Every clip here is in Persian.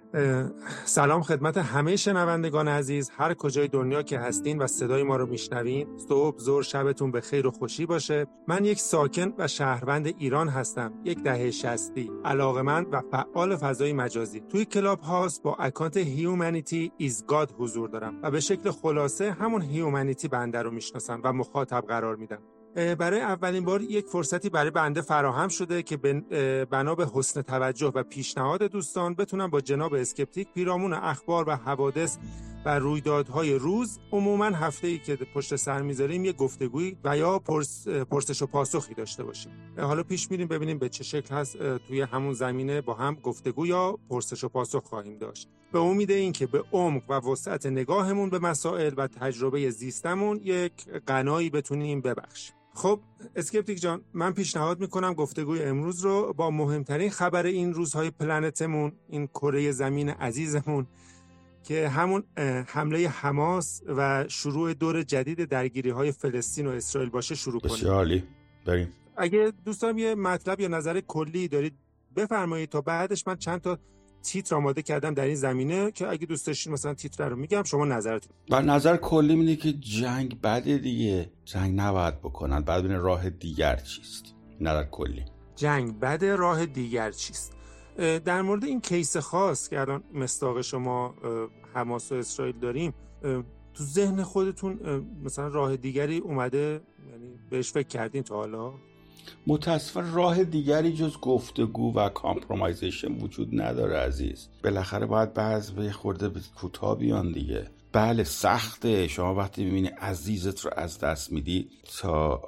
سلام خدمت همه شنوندگان عزیز، هر کجای دنیا که هستین و صدای ما رو میشنوین. صبح، ظهر، شبتون به خیر و خوشی باشه. من یک ساکن و شهروند ایران هستم، یک دهه 60، علاقه‌مند و فعال فضای مجازی. توی کلاب هاوس با اکانت هیومانیتی ایز گاد حضور دارم و به شکل خلاصه همون هیومانیتی بنده رو میشناسن و مخاطب قرار میدم. برای اولین بار یک فرصتی برای بنده فراهم شده که بنا به حسن توجه و پیشنهاد دوستان بتونم با جناب اسکپتیک پیرامون اخبار و حوادث و رویدادهای روز، عموماً هفته‌ای که پشت سر میذاریم، یک گفتگویی و یا پرسش و پاسخی داشته باشیم. حالا پیش میریم ببینیم به چه شکل هست توی همون زمینه با هم گفتگو یا پرسش و پاسخ خواهیم داشت. به امید این که به عمق و وسعت نگاهمون به مسائل و تجربه زیستمون یک غنایی بتونیم ببخشیم. خب اسکپتیک جان، من پیشنهاد میکنم گفتگوی امروز رو با مهمترین خبر این روزهای پلنتمون، این کره زمین عزیزمون، که همون حمله حماس و شروع دور جدید درگیری‌های فلسطین و اسرائیل باشه شروع کنیم. بسیار عالی، بریم. اگه دوستان یه مطلب یا نظر کلی دارید بفرمایید، تا بعدش من چند تا تیتر آماده کردم در این زمینه که اگه دوست داشتین مثلا تیتر رو میگم، شما نظرتون. و نظر کلی اینه که جنگ بده دیگه، جنگ نباید بکنن، بعد ببینن راه دیگر چیست. نظر کلی جنگ بده، راه دیگر چیست؟ در مورد این کیس خاص که الان مصداق شما حماس و اسرائیل داریم، تو ذهن خودتون مثلا راه دیگری اومده؟ یعنی بهش فکر کردین تا حالا؟ متاسفانه راه دیگری جز گفتگو و کامپرومایزیشن وجود نداره عزیز. بالاخره باید به خورده کوتاه بیان دیگه. بله سخته، شما وقتی میبینی عزیزت رو از دست میدی تا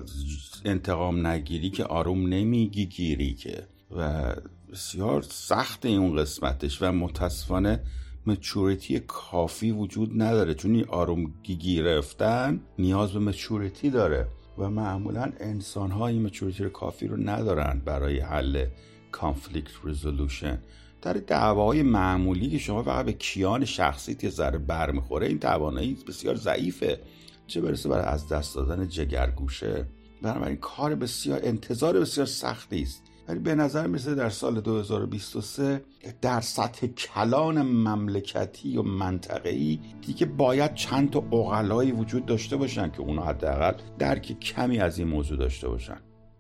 انتقام نگیری که آروم نمیگی گیری که، و بسیار سخته اون قسمتش و متاسفانه مچوریتی کافی وجود نداره، چون این آرومگی گرفتن نیاز به مچوریتی داره و معمولا انسان ها این مچوریتی کافی رو ندارن برای حل کانفلیکت ریزولوشن. در دعواهای معمولی که شما فقط به کیان شخصیت یه ذره برمیخوره، این توانایی بسیار ضعیفه، چه برسه برای از دست دادن جگرگوشه. بنابراین کار بسیار انتظار بسیار سختی است، ولی به نظر میرسه در سال 2023 در سطح کلان مملکتی و منطقه‌ای دیگه باید چند تا عقلایی وجود داشته باشن که اونا حداقل درک کمی از این موضوع داشته باشن.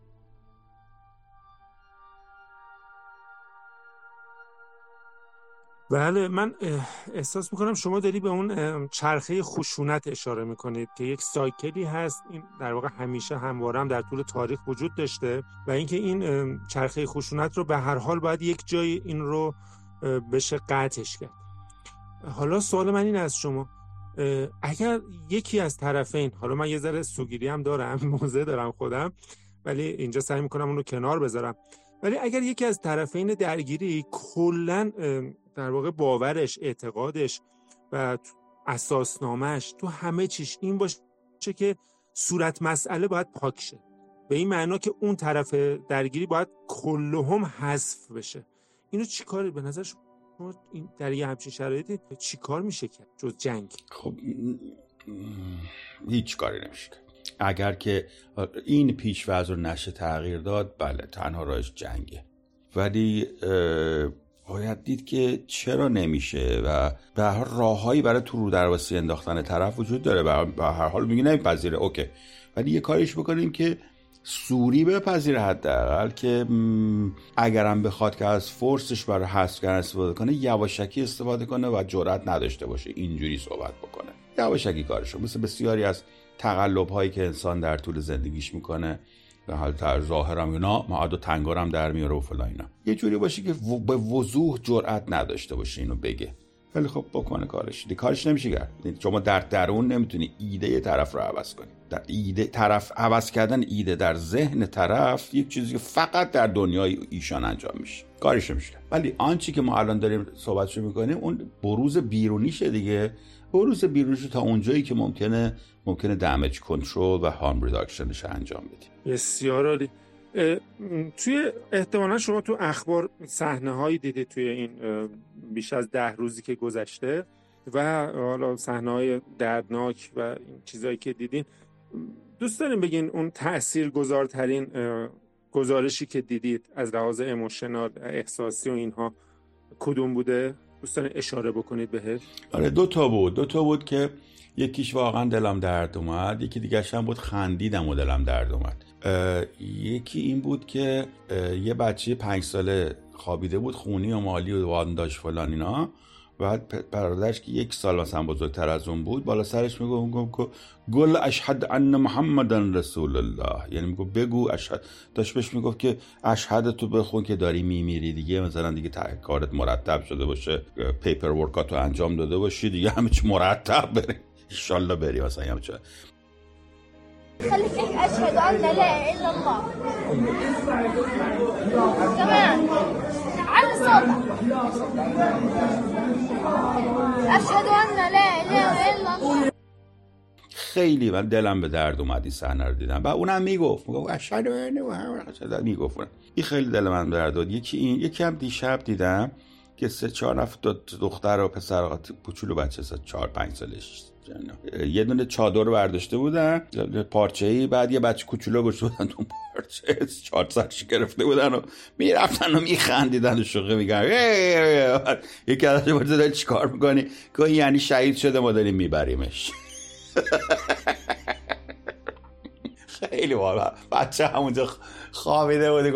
بله، من احساس میکنم شما داری به اون چرخه خشونت اشاره میکنید که یک سایکلی هست، این در واقع همیشه همواره هم در طول تاریخ وجود داشته و اینکه این چرخه خشونت رو به هر حال باید یک جای این رو بشه قطعش کرد. حالا سوال من این از شما، اگر یکی از طرفین، حالا من یه ذره سوگیری هم دارم، موزه دارم خودم، ولی اینجا سعی میکنم اون رو کنار بذارم، ولی اگر یکی از طرفین درگیری کلاً در واقع باورش، اعتقادش و اساسنامه‌اش تو همه چیش این باشه که صورت مسئله باید پاک شه، به این معنا که اون طرف درگیری باید کلهم حذف بشه، اینو چی کاری به نظر شما این در یه همچین شرایطی چی کار میشه کرد جز جنگ؟ خب هیچ کاری نمیشه. اگر که این پیش‌فرض رو نشه تغییر داد، بله تنها راهش جنگه، ولی باید دید که چرا نمیشه و به هر راههایی برای تو رو درواسی انداختن طرف وجود داره. به هر حال میگه نمیپذیره، اوکی، ولی یه کاریش بکنیم که سوری بپذیره حداقل، که اگرم بخواد که از فورسش برای حذف کردن استفاده کنه، یواشکی استفاده کنه و جرأت نداشته باشه اینجوری صحبت بکنه. یواشکی کارشو، مثل بسیاری از تقلب‌هایی که انسان در طول زندگیش میکنه، در حال ظاهرم اینا معاد و تنگارم در میاره و فلان اینا، یه جوری باشه که به وضوح جرأت نداشته باشه اینو بگه، ولی خب بکنه کارش نمیشه کرد. شما در درون نمیتونی ایده طرف رو عوض کنی. در ایده طرف عوض کردن ایده در ذهن طرف یک چیزی که فقط در دنیای ایشان انجام میشه، کارش نمیشه. ولی آنچه که ما الان داریم صحبتشو میکنیم اون بروز بیرونیشه دیگه، بروز بیرونیش تا اونجایی که ممکنه دمیج کنترل و هارم ریداکشنش انجام بدیم. بسیار عالی. توی احتمالا شما تو اخبار صحنه‌هایی دیدید توی این بیش از 10 روزی که گذشته و حالا صحنه‌های دردناک و این چیزایی که دیدین، دوست داریم بگین اون تاثیرگذارترین گزارشی که دیدید از لحاظ ایموشنال، احساسی و اینها کدوم بوده؟ دوستان اشاره بکنید بهش؟ آره دو تا بود که یکیش واقعا دلم درد اومد، یکی دیگرش هم بود خندیدم و دلم درد اومد. یکی این بود که یه بچه 5 ساله خوابیده بود، خونی و مالی و وان داشت فلان اینا، بعد برادرش که 1 سال مثلا بزرگتر از اون بود بالا سرش میگه گل اشهد ان محمدن رسول الله، یعنی میگه بگو اشهد، داشت بهش میگفت که اشهد تو بخون که داری میمیری دیگه، مثلا دیگه کارت مرتب شده باشه، پیپر ورکاتو انجام داده باشی دیگه، همه چی مرتب بری ان شاء الله بری مثلا همه چی. خليك أشهد أن لا إله إلا الله كمان على صوتك أشهد أن لا إله إلا الله. خیلی من دلم به درد اومد این صحنه رو دیدم. و اونم میگفت اشهد ان محمد میگفت. این خیلی دل من درد داد. یکی هم دیشب دیدم که 3-4 نفر دختر و پسر کوچولو بچه 4-5 سالش یه دونه چادر رو برداشته بودن پارچه‌ای، بعد یه بچه کوچولو گذاشته بودن تو پارچه، 4 سرش گرفته بودن و میرفتن و میخندیدن و شوخی می‌کردن. یکی ازش پرسید چیکار می‌کنی؟ گفت یعنی شهید شده ما داریم میبریمش. خیلی والا بچه همونجا خوابیده بود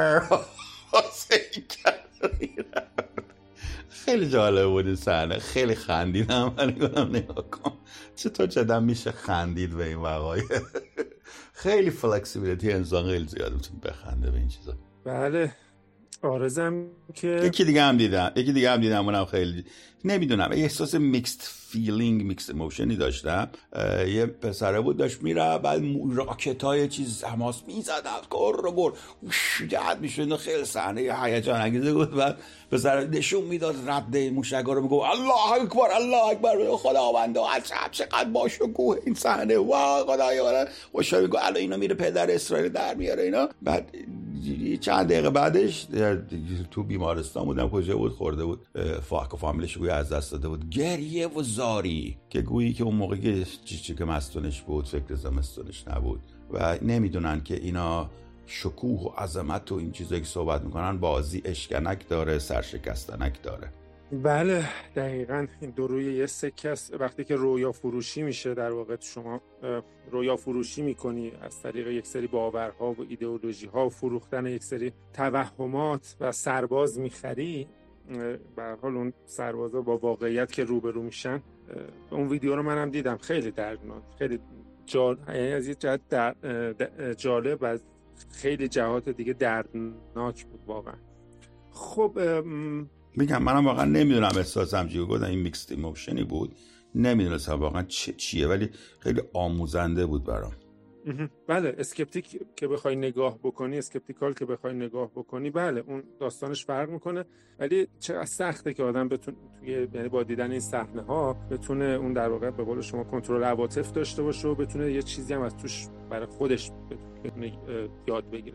خیلی جالب بود این صحنه، خیلی خندیدم. من گفتم نگاه کن چطور چدم میشه خندید به این وقایع. خیلی فلکسیبیلیتی انسان خیلی زیاده میتونه بخنده به این چیزا. بله آرزم که یکی دیگه هم دیدم اونم خیلی نمیدونم احساس میکست فیلینگ میکست ایموشنی داشتم. یه پسره بود داشت میره، بعد راکتای چیز حماس میزدن گر جهت میشد، خیلی صحنه هیجان انگیزه بود. بعد پسر نشون میداد رد موشکا رو، میگفت الله اکبر الله اکبر خداوندا چقدر باشکوه این صحنه، وا خدایا خوشحال میگه الان اینا میره پدر اسرائیل در میاره اینا. بعد چند دقیقه بعدش تو بیمارستان بودم، کجا بود خورده بود فاک و فامیلش گویی از دست داده بود، گریه و زاری که گویی که اون موقع چیزی که مستونش بود فکر زمستونش نبود و نمیدونن که اینا شکوه و عظمت و این چیزایی که صحبت میکنن بازی اشکنک داره، سرشکستنک داره. بله دقیقاً این دو روی یه سکه است. وقتی که رویا فروشی میشه، در واقع شما رویا فروشی میکنی از طریق یک سری باورها و ایدئولوژی ها و فروختن یک سری توهمات و سرباز میخری، به هر حال اون سربازا با واقعیت که روبرو میشن. اون ویدیو رو منم دیدم، خیلی دردناک، خیلی از یه جهت جالب، از خیلی جهات دیگه دردناک بود واقعا. خب میگم منم واقعا نمیدونم احساسم چیه، گفتم این میکست ایموشنی بود، نمیدونستم واقعا چیه، ولی خیلی آموزنده بود برام. بله اسکپتیک که بخوای نگاه بکنی، اسکپتیکال که بخوای نگاه بکنی، بله اون داستانش فرق میکنه، ولی چقدر سخته که آدم بتونه یعنی با دیدن این صحنه ها بتونه اون در واقع به قول شما کنترل عواطف داشته باشه و بتونه یه چیزی هم از توش برای خودش بتونه یاد بگیره.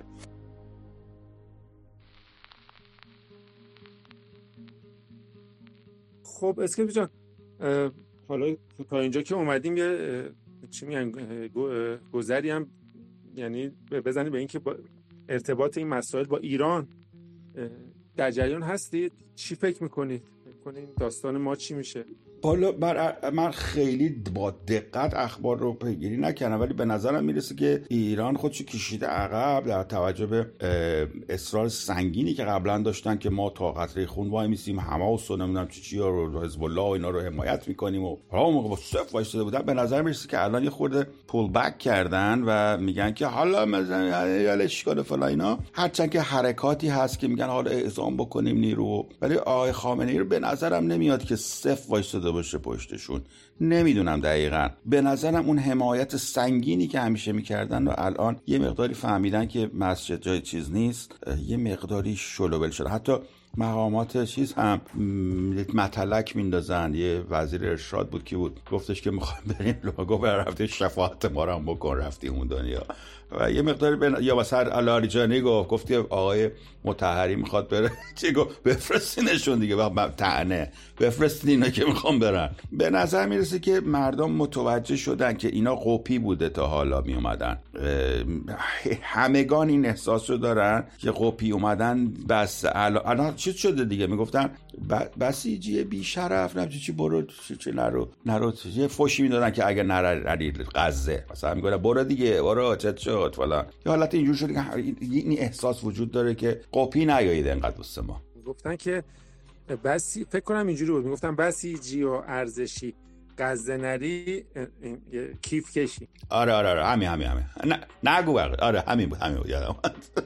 خب اسکپتی جان، حالا تا اینجا که اومدیم یه چی میگن گذری هم یعنی بزنید به این که با ارتباط این مسائل با ایران در جریان هستید. چی فکر میکنید داستان ما چی میشه؟ حالا من خیلی با دقت اخبار رو پیگیری نکردم، ولی به نظرم میرسه که ایران خودشو کشیده عقب در توجه به اصرار سنگینی که قبلا داشتن که ما تا قطره خون وای میسیم حماس و نمیدونم چی رو حزب الله و اینا رو حمایت میکنیم و اون موقع با صفر وایساده بودن. به نظر میرسه که الان یه خورده پول بک کردن و میگن که حالا مثلا اشکال فلان اینا، هرچند که حرکاتی هست که میگن حالا اعزام بکنیم نیرو، ولی آقای خامنه‌ای رو به نظرم نمیاد که صفر وایساده باشه پشتشون. نمیدونم دقیقاً، به نظرم اون حمایت سنگینی که همیشه میکردن و الان یه مقداری فهمیدن که مسجد جای چیز نیست، یه مقداری شلوول شده. حتی مقامات چیز هم متلک میندازن. یه وزیر ارشاد بود که بود گفتش که میخوایم بریم لوگو رفتیم شفاعت ما رو هم بکن، رفتیم اون دنیا. و یه مقداری یا مثلا الاریجانی گفت که آقای مطهری میخواد بره، چی گفت بفرستینشون دیگه، وقت طعنه بفرستین اینا که میخوام برن. به نظر میرسه که مردم متوجه شدن که اینا قپی بوده تا حالا میومدن، همگان این احساس رو دارن که قپی اومدن، بس الان چیز شده دیگه، میگفتن بسیجی بی شرف نمیشه چی، برو چی نرو یه فوشی میدادن که اگه نری غزه مثلا میگن برو دیگه برو چت شد فلان. یه حالت اینجور شده که این احساس وجود داره که قپی نیایید انقدر واسه ما. گفتن که بسی، فکر کنم اینجوری بود، میگفتن بسیجی و ارزشی غزه نری کیف کشی. آره همین نگو بقیه. آره همین بود یادم.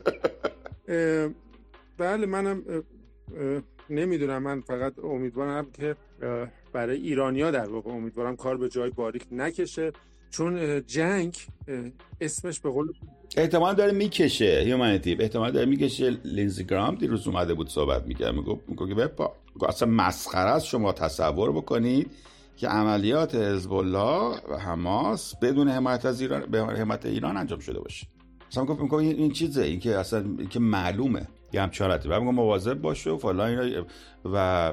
بله منم نمیدونم، من فقط امیدوارم که برای ایرانیا در واقع امیدوارم کار به جای باریک نکشه، چون جنگ اسمش به قول احتمال داره میکشه، هیومانیتی احتمال داره میکشه. لینزی گرام دیروز اومده بود صحبت میکرد، میگه که اصلا مسخره است شما تصور بکنید که عملیات حزب الله و حماس بدون حمایت از ایران، به حمایت ایران انجام شده باشه. مثلا میگم این چیزه، این که اصلا این که معلومه یه همچارتی، و میگم مواظب باشه و فلان اینا. و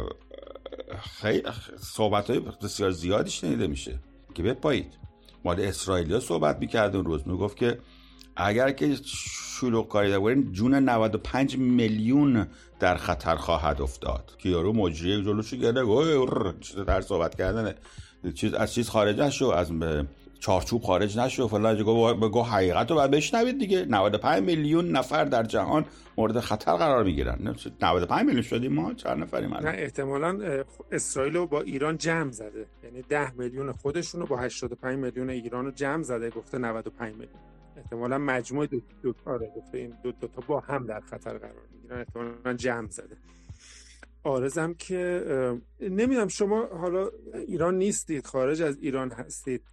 خیلی صحبت‌های بسیار زیادی شنیده میشه که بپایید. مال اسرائیلیا صحبت میکرد اون روز، میگفت که اگر که شلوغ کاری دارین جون 95 میلیون در خطر خواهد افتاد. که یارو مجری جلوشو گرفت، چیز در صحبت کردن چیز خارج نشو، از چارچوب خارج نشو فلان. بگو حقیقت رو باید بشنوید دیگه. 95 میلیون نفر در جهان مورد خطر قرار میگیرن. 95 میلیون شدیم ما، چند نفریم الان؟ نه احتمالاً اسرائیل رو با ایران جمع زده، یعنی 10 میلیون خودشون رو با 85 میلیون ایران رو جمع زده، گفته 95 میلیون. احتمالاً مجموع دو گفته این دو تا با هم در خطر قرار میگیرن، احتمالاً جمع زده. آرزم که نمیدونم، شما حالا ایران نیستید، خارج از ایران هستید،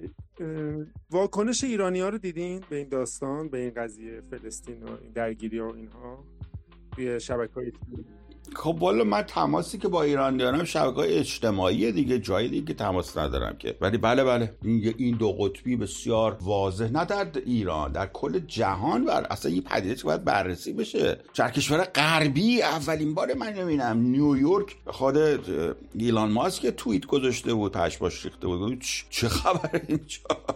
واکنش ایرانی‌ها رو دیدین به این داستان، به این قضیه فلسطین و این درگیری‌ها و اینها توی شبکه‌های اجتماعی؟ خب والا من تماسی که با ایران دارم شبکه‌های اجتماعی دیگه، جای دیگه تماس ندارم که. ولی بله این دو قطبی بسیار واضح، نه در ایران، در کل جهان اصلا این پدیده که باید بررسی بشه. در کشور غربی اولین بار من میبینم نیویورک خود ایلان ماسک توییت گذاشته بود، پشماش ریخته بود، چه خبره اینجا؟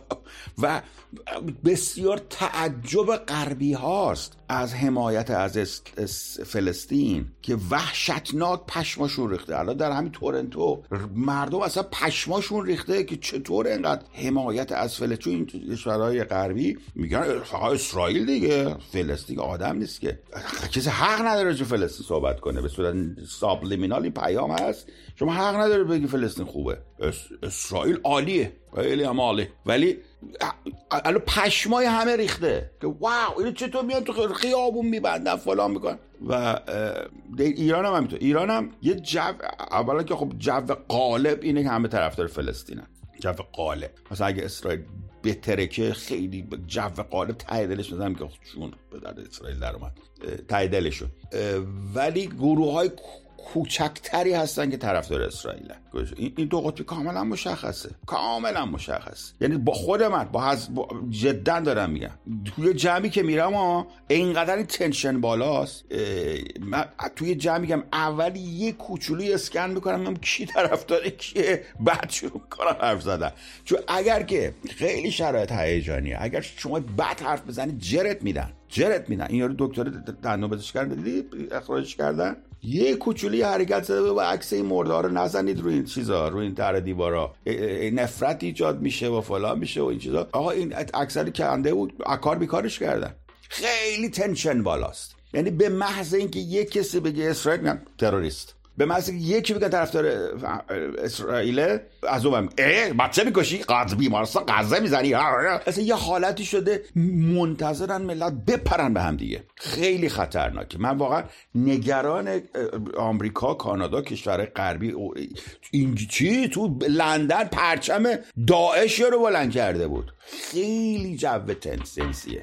و بسیار تعجب غربی هاست از حمایت از فلسطین که وحشتناک پشماشون ریخته. الان در همین تورنتو مردم اصلا پشماشون ریخته که چطور اینقدر حمایت از فلسطین. این کشورهای غربی میگن فقط اسرائیل دیگه، فلسطین آدم نیست که، کسی حق نداره جو فلسطین صحبت کنه. به صورت سابلیمینال این پیام هست، شما حق نداره بگی فلسطین خوبه، اسرائیل عالیه، خیلی هم عالی. ولی الان پشمای همه ریخته که واو اینو چطور میان تو خیابون میبندن فلان میکنن. و ایران هم همینطور. ایران هم یه جو، اولا که خب جو غالب اینه که همه طرفدار فلسطینن، جو غالب. مثلا اگه اسرائیل بترکه خیلی جو غالب ته دلش میذارم که چون به درد اسرائیل در اومد ته دلشون. ولی گروه‌های کوچکتری هستن که طرفدار اسرائیلن. این دو قطبی کاملا مشخصه، کاملا مشخص. یعنی با خود من جدا دارم میگم، توی جمعی که میرم اینقدر این تنشن بالاست، من توی جمعی میگم اول یه کوچولی اسکن میکنم ببینم کی طرفدار کیه، بعد شروع میکنم حرف زدن. چون اگر که خیلی شرایط هیجانیه، اگر شما بد حرف بزنید جرت میدن. این یارو دکتر دندون پزشکی دیدی اخراجش کردن، یه کوچولی حرکت زده و عکس این مردا رو نزنید روی این چیزا، روی این در دیوارا، نفرت ایجاد میشه و فلان میشه و این چیزا. آقا این اکثری کنده بود، اکار بیکارش کردن. خیلی تنشن بالاست. یعنی به محض اینکه یک کسی بگه اسرائیل میگن تروریست، به محض اینکه یکی بگه طرفدار اسرائیل از اون بچه میکشی، غزه بیمارستان، غزه میزنی، اصلا یه حالتی شده منتظرن ملت بپرن به هم دیگه. خیلی خطرناکه. من واقعا نگران آمریکا، کانادا، کشور غربی. این چی تو لندن پرچم داعش رو بلند کرده بود. خیلی جو تنسیه.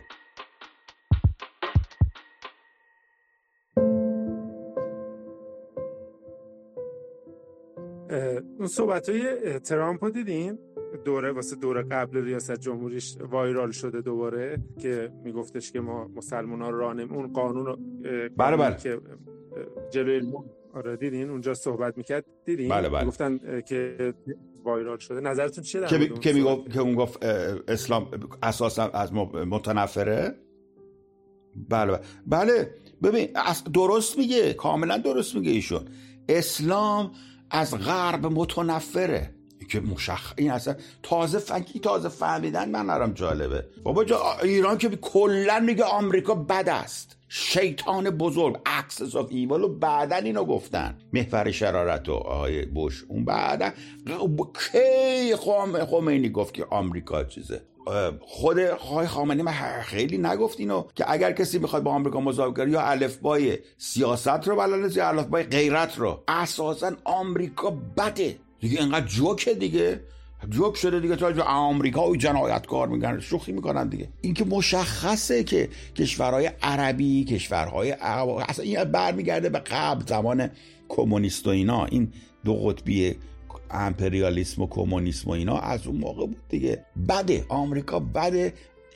اون صحبت‌های ترامپ رو دیدین؟ واسه دوره قبل ریاست جمهوریش وایرال شده دوباره، که میگفتش که ما مسلمان‌ها اون قانون رو بله. که جلوی آره دیدین اونجا صحبت میکرد، دیدین؟ بله. گفتن که وایرال شده. نظرتون چیه در که اون گفت اسلام اساسا از متنفره؟ بله. ببین درست میگه، کاملا درست میگه ایشون. اسلام از غرب متنفره که این اصلا تازه فهمیدن. من نرم جالبه بابا ایران که کلا میگه آمریکا بد است، شیطان بزرگ، اکسس آف ایوال، و بعدن اینو گفتن محور شرارت و آقای بوش، اون بعدن کی خمینی گفت که آمریکا چیزه. خود آقای خامنه‌ای خیلی نگفت اینو که اگر کسی میخواد با آمریکا مذاکره یا الفبای سیاست رو بلده یا الفبای غیرت رو، اساسا آمریکا بده دیگه. اینقدر جوکه دیگه، جوک شده دیگه، تا آمریکا و جنایتکار میگن، شوخی میکنن دیگه. این که مشخصه که کشورهای عربی، کشورهای اصلا این برمیگرده به قبل، زمان کمونیست و اینا، این دو قطبی امپریالیسم و کمونیسم و اینا از اون موقع بود دیگه. بده آمریکا، بده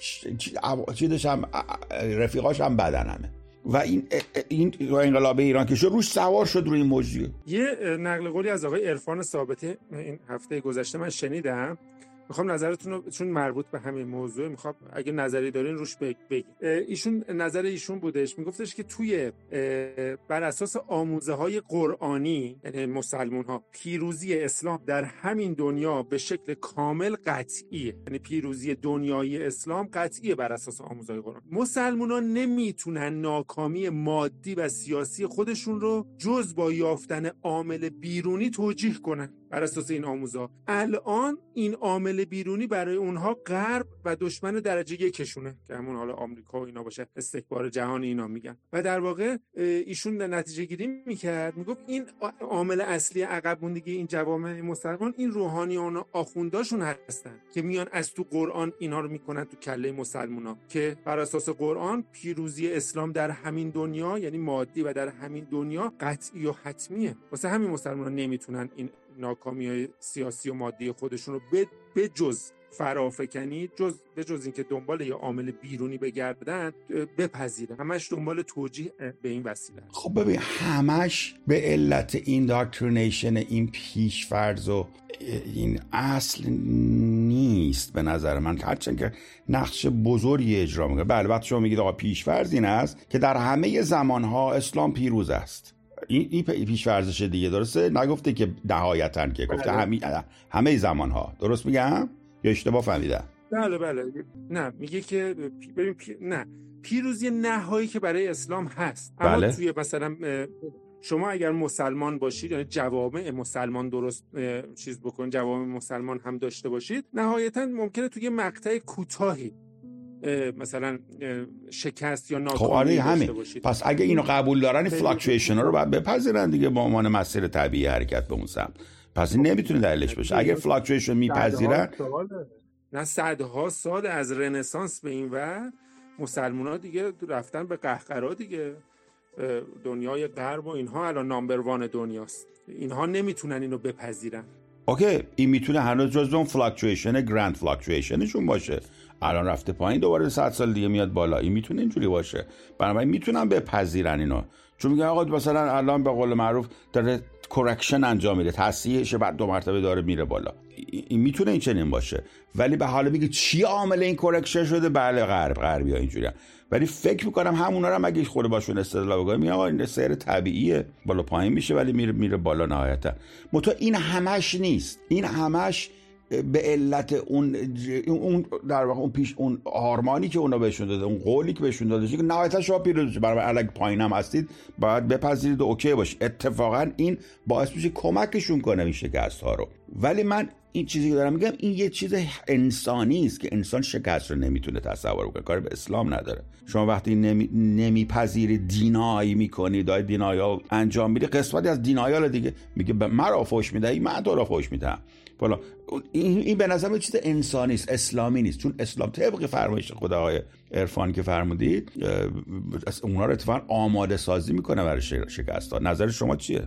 چیزش هم، رفیقاش هم بدن همه. و این انقلاب ایران که شد روش سوار شد روی این موضوع. یه نقل قولی از آقای عرفان ثابتی این هفته گذشته من شنیدم، میخوام نظرتون رو، چون مربوط به همین موضوع، میخوام اگه نظری دارین روش بگید. ایشون نظر ایشون بودش، میگفتش که توی بر اساس آموزه های قرآنی، یعنی مسلمون ها، پیروزی اسلام در همین دنیا به شکل کامل قطعیه. یعنی پیروزی دنیایی اسلام قطعیه بر اساس آموزه های قرآن. مسلمون ها نمیتونن ناکامی مادی و سیاسی خودشون رو جز با یافتن عامل بیرونی توجیه کنن. بر اساس این آموزها الان این عامل بیرونی برای اونها غرب و دشمن درجه یکشونه که همون حالا آمریکا و اینا باشه، استکبار جهانی اینا میگن. و در واقع ایشون نتیجه گیری میکرد، میگفت این عامل اصلی عقب موندگی این جوامع مسلمان این روحانیان و آخونداشون هستن که میان از تو قرآن اینا رو میکنن تو کله مسلمونا که بر اساس قرآن پیروزی اسلام در همین دنیا، یعنی مادی و در همین دنیا، قطعی و حتمیه. واسه همین مسلمان‌ها نمیتونن این ناکامی‌های سیاسی و مادی خودشون رو به جز فرافکنی، به جز اینکه دنبال یه عامل بیرونی بگردن، بپذیرن. همش دنبال توجیه به این وسیله. خب ببین، همش به علت این داکترینیشن، این پیش‌فرض و این اصل نیست به نظر من، هرچند که نقش بزرگی اجرا میکنه. بله، وقتی شما میگید آقا پیش‌فرض این است که در همه زمانها اسلام پیروز است، این پیش‌فرضش دیگه، درسته؟ نگفته که نهایتاً، که گفته همه زمانها. درست میگم یا اشتباه فهمیدم؟ بله نه، میگه که نه، پیروزی نهایی که برای اسلام هست. اما بله. توی مثلا شما اگر مسلمان باشید، یعنی جوامع مسلمان درست چیز بکن، جوامع مسلمان هم داشته باشید، نهایتاً ممکنه توی مقطع کوتاهی مثلا شکست یا ناکامی داشته باشید. پس اگه اینو قبول دارن، این فلاکچویشن رو باید بپذیرن دیگه به عنوان مسیر طبیعی حرکت به اون سمت. پس این نمیتونه دلیلش باشه. اگه فلاکچویشن میپذیرن، نه صدها سال از رنسانس به این و مسلمان‌ها دیگه رفتن به قهقرا دیگه. دنیای غرب و اینها الان نامبر وان دنیاست، اینها نمیتونن اینو بپذیرن. اوکی، این میتونه هنوز جزو اون فلاکچویشن، گرند فلاکچویشنشون باشه. الان رفته پایین، دوباره 100 سال دیگه میاد بالا. این میتونه اینجوری باشه. بنابراین میتونن بپذیرن اینو، چون میگن آقا مثلا الان به قول معروف داره کرکشن انجام میده، تصحیحش بعد 2 مرتبه داره میره بالا. این میتونه این چنین باشه. ولی به حالا میگه چی عامل این کرکشن شده؟ بله، غربیا اینجوریه. ولی فکر میکنم همونا رو هم اگه خود باشون استدلال بکنه، میگه آقا این سیر طبیعیه، بالا پایین میشه ولی میره بالا نهایتا. این همش نیست. این همش به علت اون در واقع اون آرمانی که اونا بهشون داده، اون قولی که بهشون داده که نهایتا شما پیروز بشید. برای الان پایینم هستید باید بپذیرید و اوکی باشه. اتفاقا این باعث میشه کمکشون کنه این شکست ها رو. ولی من این چیزی که دارم میگم، این یه چیز انسانی است که انسان شکست رو نمیتونه تصور کنه، کاری به اسلام نداره. شما وقتی نمیپذیرید، دینایی میکنید، دای دینایا انجام میدید، قسمتی از دینایا دیگه میگه مرا فحش میدی، من تو را فحش میدم. والا این به نظر من چیز انسانی است، اسلامی نیست. چون اسلام طبق فرمایش خدای عرفان که فرمودید، اونا رو اتفاقا آماده سازی میکنه برای شکست ها. نظر شما چیه؟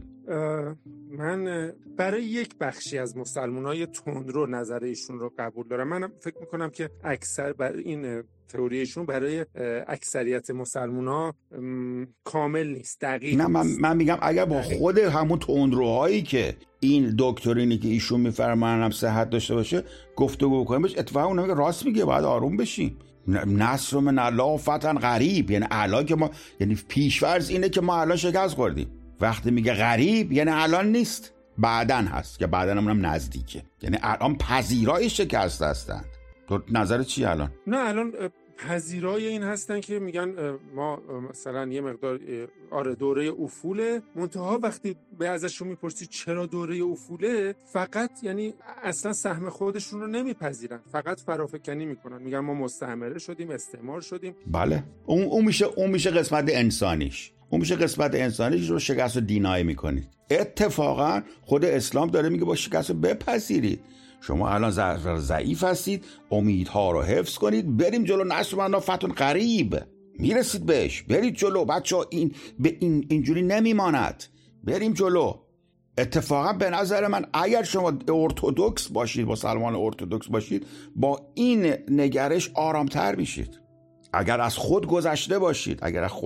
من برای یک بخشی از مسلمانای تندرو نظر ایشون رو قبول دارم. من فکر میکنم که اکثر برای این تئوریشون برای اکثریت مسلمان‌ها کامل نیست، دقیق نه. من میگم اگر با خود همون تندروهایی که این دکترینی که ایشون میفرمایند هم صحت داشته باشه گفتگو کنیم، اتفاقا اون میگه راست میگه، باید آروم بشیم. نصر من الله فتح قریب، یعنی الان که ما، یعنی پیش‌فرض اینه که ما الان شکست خوردیم. وقتی میگه قریب یعنی الان نیست، بعدن هست، که بعدن هم نزدیکه، یعنی الان پذیرای شکست هستند. تو نظر چی الان؟ نه الان پذیرای این هستن که میگن ما مثلا یه مقدار دوره افوله، منتها وقتی به ازشون میپرسی چرا دوره افوله، فقط یعنی اصلا سهم خودشون رو نمیپذیرن، فقط فرافکنی میکنن، میگن ما مستعمره شدیم، استعمار شدیم. بله اون میشه قسمت انسانیش، اون میشه قسمت انسانیش رو شکست رو دینای میکنید. اتفاقا خود اسلام داره میگه با شکست رو بپذیرید. شما الان ضعیف هستید، امیدها رو حفظ کنید، بریم جلو، نصر من الله فتح قریب، میرسید بهش، برید جلو بچه‌ها، اینجوری نمیماند، بریم جلو. اتفاقا به نظر من اگر شما ارتدوکس باشید، مسلمان ارتدوکس باشید، با این نگرش آرامتر میشید. اگر از خود گذشته باشید، اگر از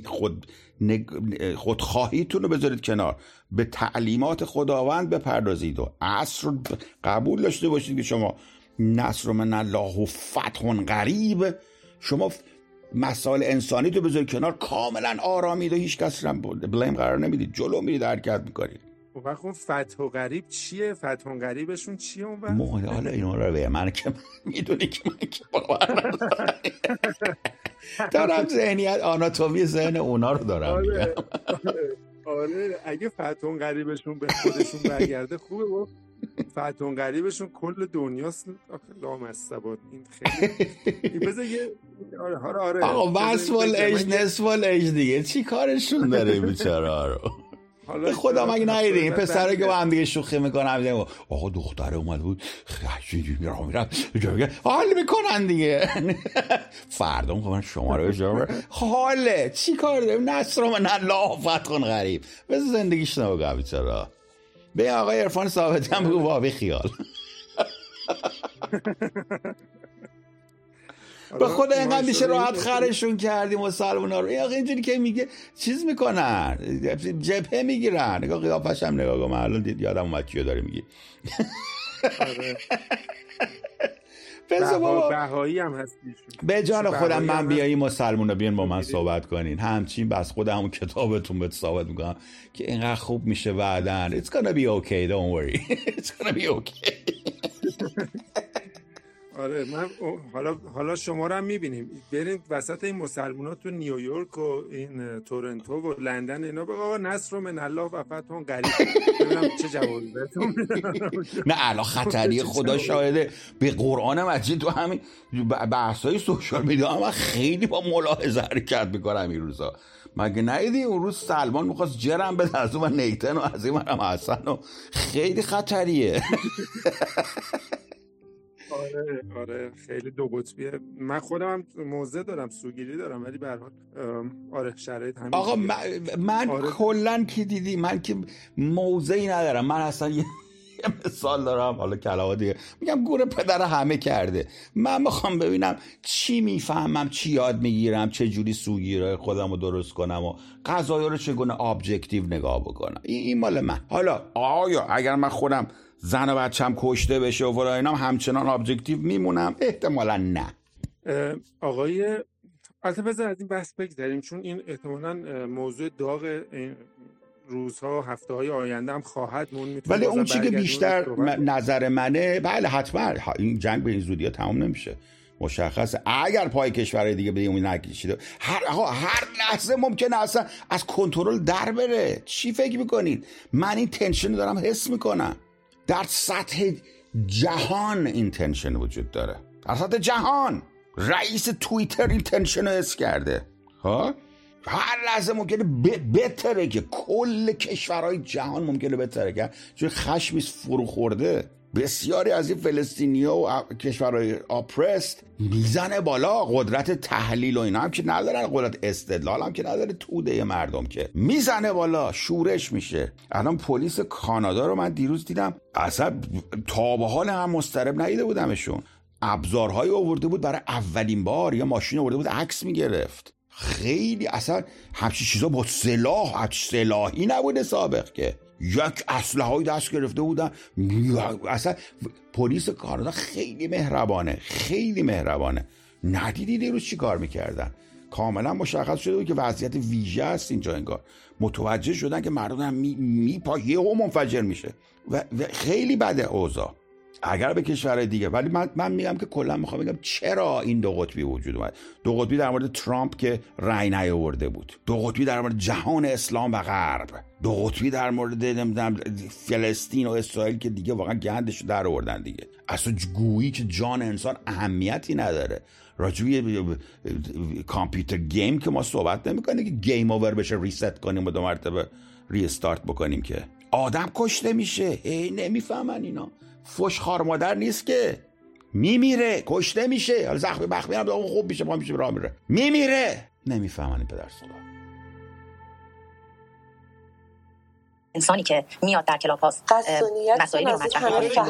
خودخواهیتون رو بذارید کنار، به تعلیمات خداوند بپردازید و عصر رو قبول داشته باشید که شما نصر من الله و فتح قریب، شما مسائل انسانی رو بذارید کنار، کاملا آرامید و هیچ کس رو بلیم قرار نمیدید، جلو میرید، حرکت میکنید. وقت اون فتح و قریب چیه؟ فتح و قریبشون چیه اون وقت؟ حالا اینا رو به من که میدونی که من که باور دارم ذهنیت آناتومی ذهن اونا رو دارم. آره اگه فتح و قریبشون به خودشون برگرده خوبه، و فتح و قریبشون کل دنیاست. لامصبات این خیلی بذار یه آره آقا وصفال ایج نصفال ایج دیگه چی کارشون داره بیچاره رو؟ به خدا مگه نهیدی این پسره که با هم دیگه شوخی میکنم، آقا دختره اومد بود میرم حال میکنن دیگه، فردا میخوام شما رو بجارم حاله چی کار داریم؟ نصر من الله فتح قریب، بذار زندگیش نبگه بیچاره. به آقای عرفان ثابتی هم بگو بابی خیال. به خدا اینقدر میشه راحت خرشون کردیم مسلمونا رو. اینجوری که میگه چیز میکنن، جبهه میگیرن. نگاه قیافش هم نگاه کن، من الان یادم اومد کیو داره میگی. بهایی هم هست به جان خودم من بیایی مسلمونا بیان با من صحبت کنین، همچین بس خودم همون کتابتون بهت ثابت میکنم که اینقدر خوب میشه بعدن. It's gonna be okay, don't worry. It's gonna be okay. آره من حالا شما رو هم میبینیم بریم وسط این مسلمانات تو نیویورک و این تورنتو و لندن، اینا بگو آقا نصر من الله و فتح قریب، ببینم چه جوابی بهتون. نه الان خطری خدا شاهده، به قرآن مجید تو همین بحث‌های سوشال میدیا هم خیلی با ملاحظه حرکت میکنم این روزا. مگه ندیدی اون روز سلمان میخواست جرم بده از اون نیتن و از این منم حسن و خیلی خطریه. آره خیلی دو قطبیه. من خودم هم موزه دارم، سوگیری دارم، ولی به هر حال آره شرایط همین. آقا من کلا که دیدی من که موزه‌ای ندارم. من اصلا یه مثال دارم، حالا کلمات دیگه میگم گور پدر همه کرده. من میخوام ببینم چی میفهمم، چی یاد میگیرم، چه جوری سوگیری خودم رو درست کنم و قضایا رو چگونه ابجکتیو نگاه بکنم. این مال من. حالا آیا اگر من خودم زن و بچم کشته بشه و فلان اینام همچنان ابجکتیو میمونم؟ احتمالاً نه. آقای البته بذار از این بحث بگذریم، چون این احتمالاً موضوع داغ روزها و هفته‌های آینده هم خواهد مون. ولی اون چیزی که بیشتر نظر منه، بله حتما این جنگ به این زودی ها تمام نمیشه، مشخصه. اگر پای کشورهای دیگه به این نکشیده هر لحظه ممکنه اصلا از کنترل در بره. چی فکر میکنید؟ من این تنشن دارم حس میکنم. در سطح جهان این تنشن وجود داره، در سطح جهان. رئیس توییتر این تنشن رو حس کرده. هر لحظه ممکنه بتره که کل کشورهای جهان ممکنه بتره که چون خشمی فرو خورده. بسیاری از این فلسطینیا و کشورهای آپرست میزنه بالا. قدرت تحلیل و اینا هم که ندارن، قدرت استدلال هم که نداره، توده مردم که میزنه بالا، شورش میشه. الان پلیس کانادا رو من دیروز دیدم، اصلا تا به حال هم مضطرب ندیده بودمشون. ابزارهایی آورده بود برای اولین بار، یا ماشین آورده بود عکس میگرفت. خیلی اصلا همچین چیزا با سلاحی نبوده سابق که یک اسلحه‌ای دست گرفته بودن. اصلا پلیس کانادا خیلی مهربانه، خیلی مهربانه. ندیدی دیروز چی کار میکردن؟ کاملا مشخص شده بود که وضعیت ویژه است اینجا. انگار متوجه شدن که مردم هم یهو منفجر میشه و خیلی بده اوضاع اگر به کشورهای دیگه. ولی من میگم که کلا میخوام بگم چرا این دو قطبی وجود اومد. دو قطبی در مورد ترامپ که رأی نیاورده بود، دو قطبی در مورد جهان اسلام و غرب، دو قطبی در مورد فلسطین و اسرائیل که دیگه واقعا گندش رو در آوردن دیگه. اصلا گویی که جان انسان اهمیتی نداره. راجبی کامپیوتر گیم که ما صحبت نمی‌کنیم که گیم اوور بشه ریست کنیم و دو مرتبه ریستارت بکنیم، که آدم کشته میشه. نمیفهمن اینا. فوش خار مادر نیست که میمیره، کشته میشه، حالا زخمی بخمی هم خوب میشه، ما میشه راه میره، میمیره. نمیفهمن این پدر سودا. انسانی که میاد در کلاب هاست مسائلی رو مطرح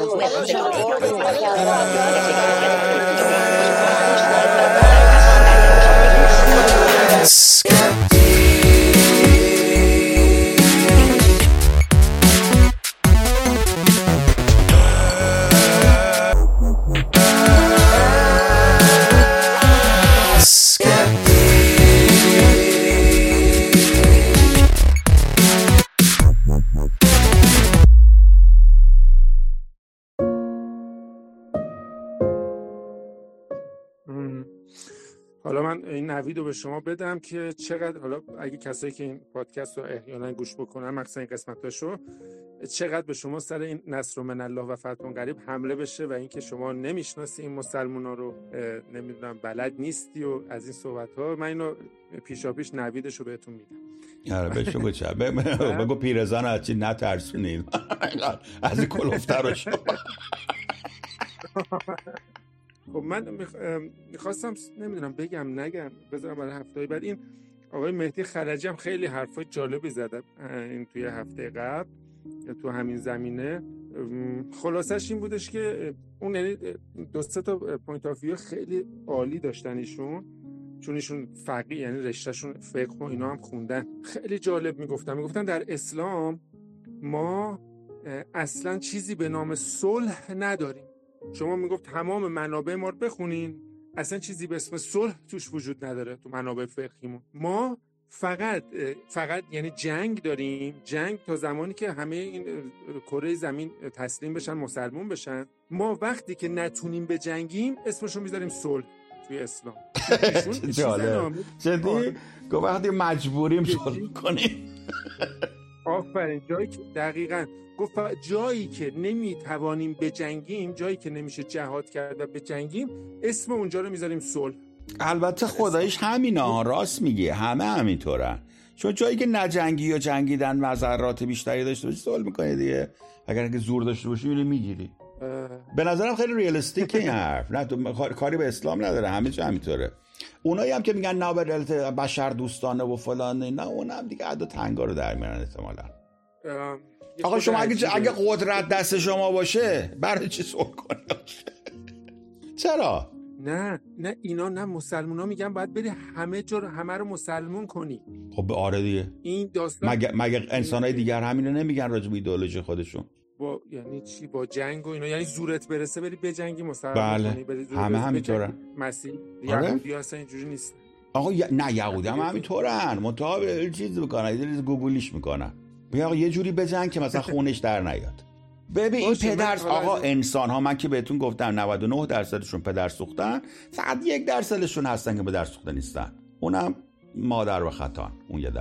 حالا من این نوید رو به شما بدم که چقدر، حالا اگه کسایی که این پادکست رو احیانا گوش بکنن مثلا این قسمتاشو، چقدر به شما سر این نصر من الله و فتح قریب حمله بشه و اینکه شما نمیشناسی این مسلمونا رو، نمیدونم بلد نیستی و از این صحبت ها. من اینو پیشاپیش نویدش رو بهتون میدم. آره بهش بگو پیرزن از چی نترسونید از این کلوفتر شو. خب من میخواستم نمیدونم بگم نگم، بذارم برای هفته‌های بعد. این آقای مهدی خلجی هم خیلی حرفای جالبی زده این توی هفته قبل تو همین زمینه. خلاصش این بودش که اون یعنی دو سه تا پوینت آف ویو خیلی عالی داشتن ایشون، چون ایشون فقیه، یعنی رشتهشون فقه و اینا هم خوندن. خیلی جالب میگفتن در اسلام ما اصلا چیزی به نام صلح نداریم. شما میگفت تمام منابع ما رو بخونین، اصلا چیزی به اسم صلح توش وجود نداره تو منابع فقهیمون. ما فقط یعنی جنگ داریم، جنگ تا زمانی که همه این کره زمین تسلیم بشن، مسلمون بشن. ما وقتی که نتونیم به جنگیم اسمشو میذاریم صلح توی اسلام. جالب جدی گفت وقتی مجبوریم صلح کنیم. آفرین. جایی که دقیقاً گفت جایی که نمیتوانیم بجنگیم، جایی که نمیشه جهاد کرد و بجنگیم، اسم اونجا رو میذاریم صلح. البته خداییش همینا، راست میگه، همه همینطورن. چون جایی که نجنگی یا جنگیدن مضرات بیشتری داشته باشی صلح میکنی دیگه. اگر که زور داشته باشی میگیری. به نظرم خیلی ریالیستیکه این حرف. نه تو کاری به اسلام نداره، همه چی همینطوره. اونایی هم که میگن نه بشر دوستانه و فلان، نه اونم دیگه عدو تنگا رو در میارن احتمالاً. آقا شما اگه قدرت دست شما باشه برای چی صلح کنی؟ چرا؟ نه اینا نه مسلمونا میگن باید بری همه جا رو همه رو مسلمون کنی. خب آره دیگه. این داستان مگه انسانای دیگر همینو نمیگن راجع به ایدئولوژی خودشون؟ با یعنی چی؟ با جنگ و اینا، یعنی زورت برسه بری بجنگی مسلمون بله. کنی، بری همه همینطورن. مسیح آره؟ یهودی اصلا اینجوری نیست. آقا نه یهودی هم همینطورن، مطابق چیز میکنن، یه گوگلیش میکنن. بیا یه جوری بجنگ که مثلا خونش در نیاد. ببین این پدر آقا انسان ها، من که بهتون گفتم 99% پدر سوختن، فقط 1% هستن که پدر سوخته نیستن، اونم مادر و خطان، اون 1%.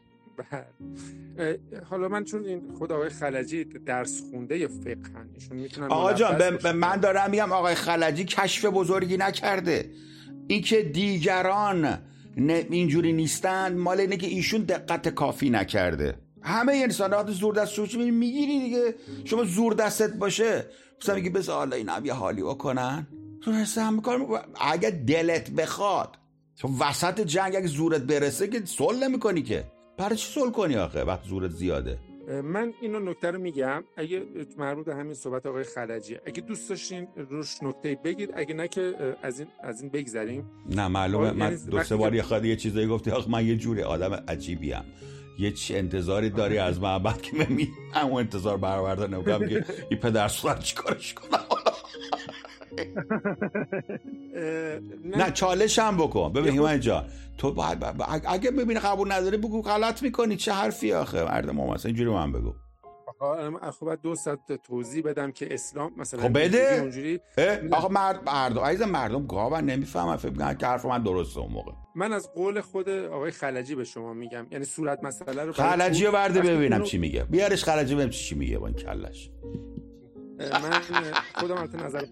حالا من چون این خود آقای خلجی درس خونده فقه ایشون میتونن آقا جان من دارم میگم آقای خلجی کشف بزرگی نکرده. این که دیگران اینجوری نیستن مال اینه که ایشون دقت کافی نکرده. همه انسانات زور دست شوچی میگیری دیگه. شما زور دستت باشه مثلا میگی بذار حالا اینا هم یه حالی بکنن، تو رسه هم میکنم. اگه دلت بخواد تو وسط جنگ اگه زورت برسه که صلح نمیکنی که. برای چی صلح کنی آخه وقت زورت زیاده؟ من اینو نکته رو میگم، اگه مربوط به همین صحبت آقای خلجی اگه دوست داشتین روش نکته بگید، اگه نه که از این بگذریم. نه معلومه من دو سه بار یه چیزایی گفتی آخه من یه جوری آدم عجیبیم، یه چه انتظاری داری از من بعد که من همون انتظار برآورده نمیکنم که این پدر سوار چیکارش کنم. نه چالش هم بکن. ببین من جان تو باید اگه ببینی قبول نداری بگو غلط میکنی. چه حرفی آخه مردم مثلا اینجوری من بگو. خب بعد 2 ساعت توضیح بدم که اسلام مثلا خب بده اونجوری. آخه مردم گاون نمیفهمن، فکر میکنن که حرف من درسته. اون موقع من از قول خود آقای خلجی به شما میگم، یعنی صورت مسئله رو خلجی رو برده ببینم چی میگه. بیارش خلجی ببینم چی میگه با این کلش. من خودم البته نظر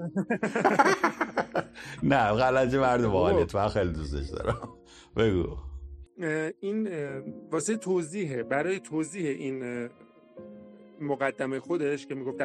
نه خلجی مرد باحاله، تو خیلی دوستش دارم. بگو. این واسه توضیحه، برای توضیح این مقدمه خودش که میگفت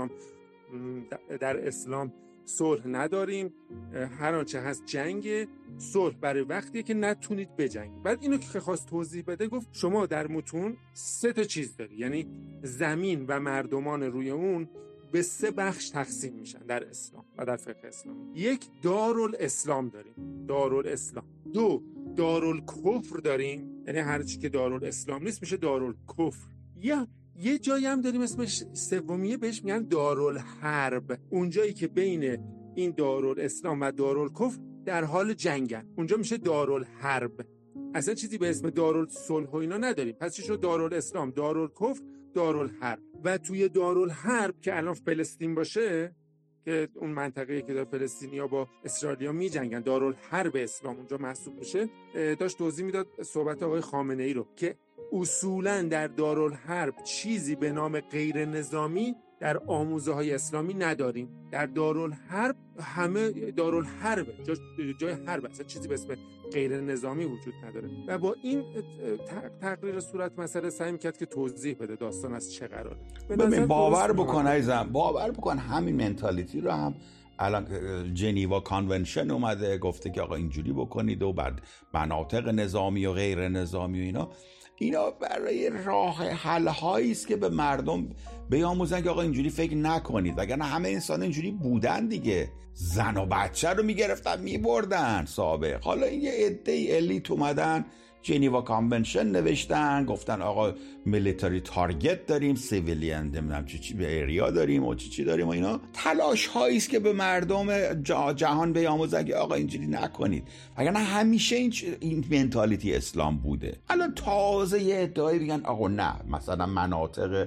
در اسلام صلح نداریم، هر آنچه هست جنگ. صلح برای وقتیه که نتونید بجنگید. بعد اینو که خواست توضیح بده گفت شما در متون 3 تا چیز داری، یعنی زمین و مردمان روی اون به 3 بخش تقسیم میشن در اسلام و در فقه اسلامی. 1 دارالاسلام داریم، دارالاسلام. 2 دارالکفر داریم، یعنی هر چی که دارالاسلام نیست میشه دارالکفر. یه جایی هم داریم اسمش سومیه، بهش میگن دارالحرب، اونجایی که بین این دارالاسلام و دارالکفر در حال جنگن، اونجا میشه دارالحرب. اصلا چیزی به اسم دارالصلح و اینا نداریم. پس چی شد؟ دارالاسلام، دارالکفر، دارالحرب. و توی دارالحرب که الان فلسطین باشه، که اون منطقه‌ای که در فلسطینیا با اسرائیلیا میجنگن، دارالحرب اسلام اونجا محسوب میشه. داشت توضیح میداد صحبت آقای خامنه‌ای رو که اصولاً در دارالحرب چیزی به نام غیر نظامی در آموزه‌های اسلامی نداریم. در دارالحرب همه دارالحربه، جای حرب، اصلا چیزی به اسم غیر نظامی وجود نداره. و با این تقریر صورت مسئله سعی می‌کرد که توضیح بده داستان از چه قراره. ببین باور بکن عزیزم، باور بکن همین منتالیتی رو هم الان جنیوا کانونشن اومده گفته که آقا اینجوری بکنید و بعد مناطق نظامی و غیر نظامی و اینا برای راه حل هایی است که به مردم بیاموزن که آقا اینجوری فکر نکنید، وگرنه همه انسان اینجوری بودن دیگه. زن و بچه رو میگرفتن میبردن سابق. حالا این یه عده الیت اومدن جنیوا کانونشن نوشتن، گفتن آقا میلیتاری تارگت داریم، سیویلیان نمیدونم چی به ایریا داریم و چی داریم و اینا. تلاش هایی است که به مردم جهان بیاموزن که آقا اینجوری نکنید، وگرنه همیشه این منتالیتی اسلام بوده. الان تازه یه ادعایی بگن آقا نه مثلا مناطق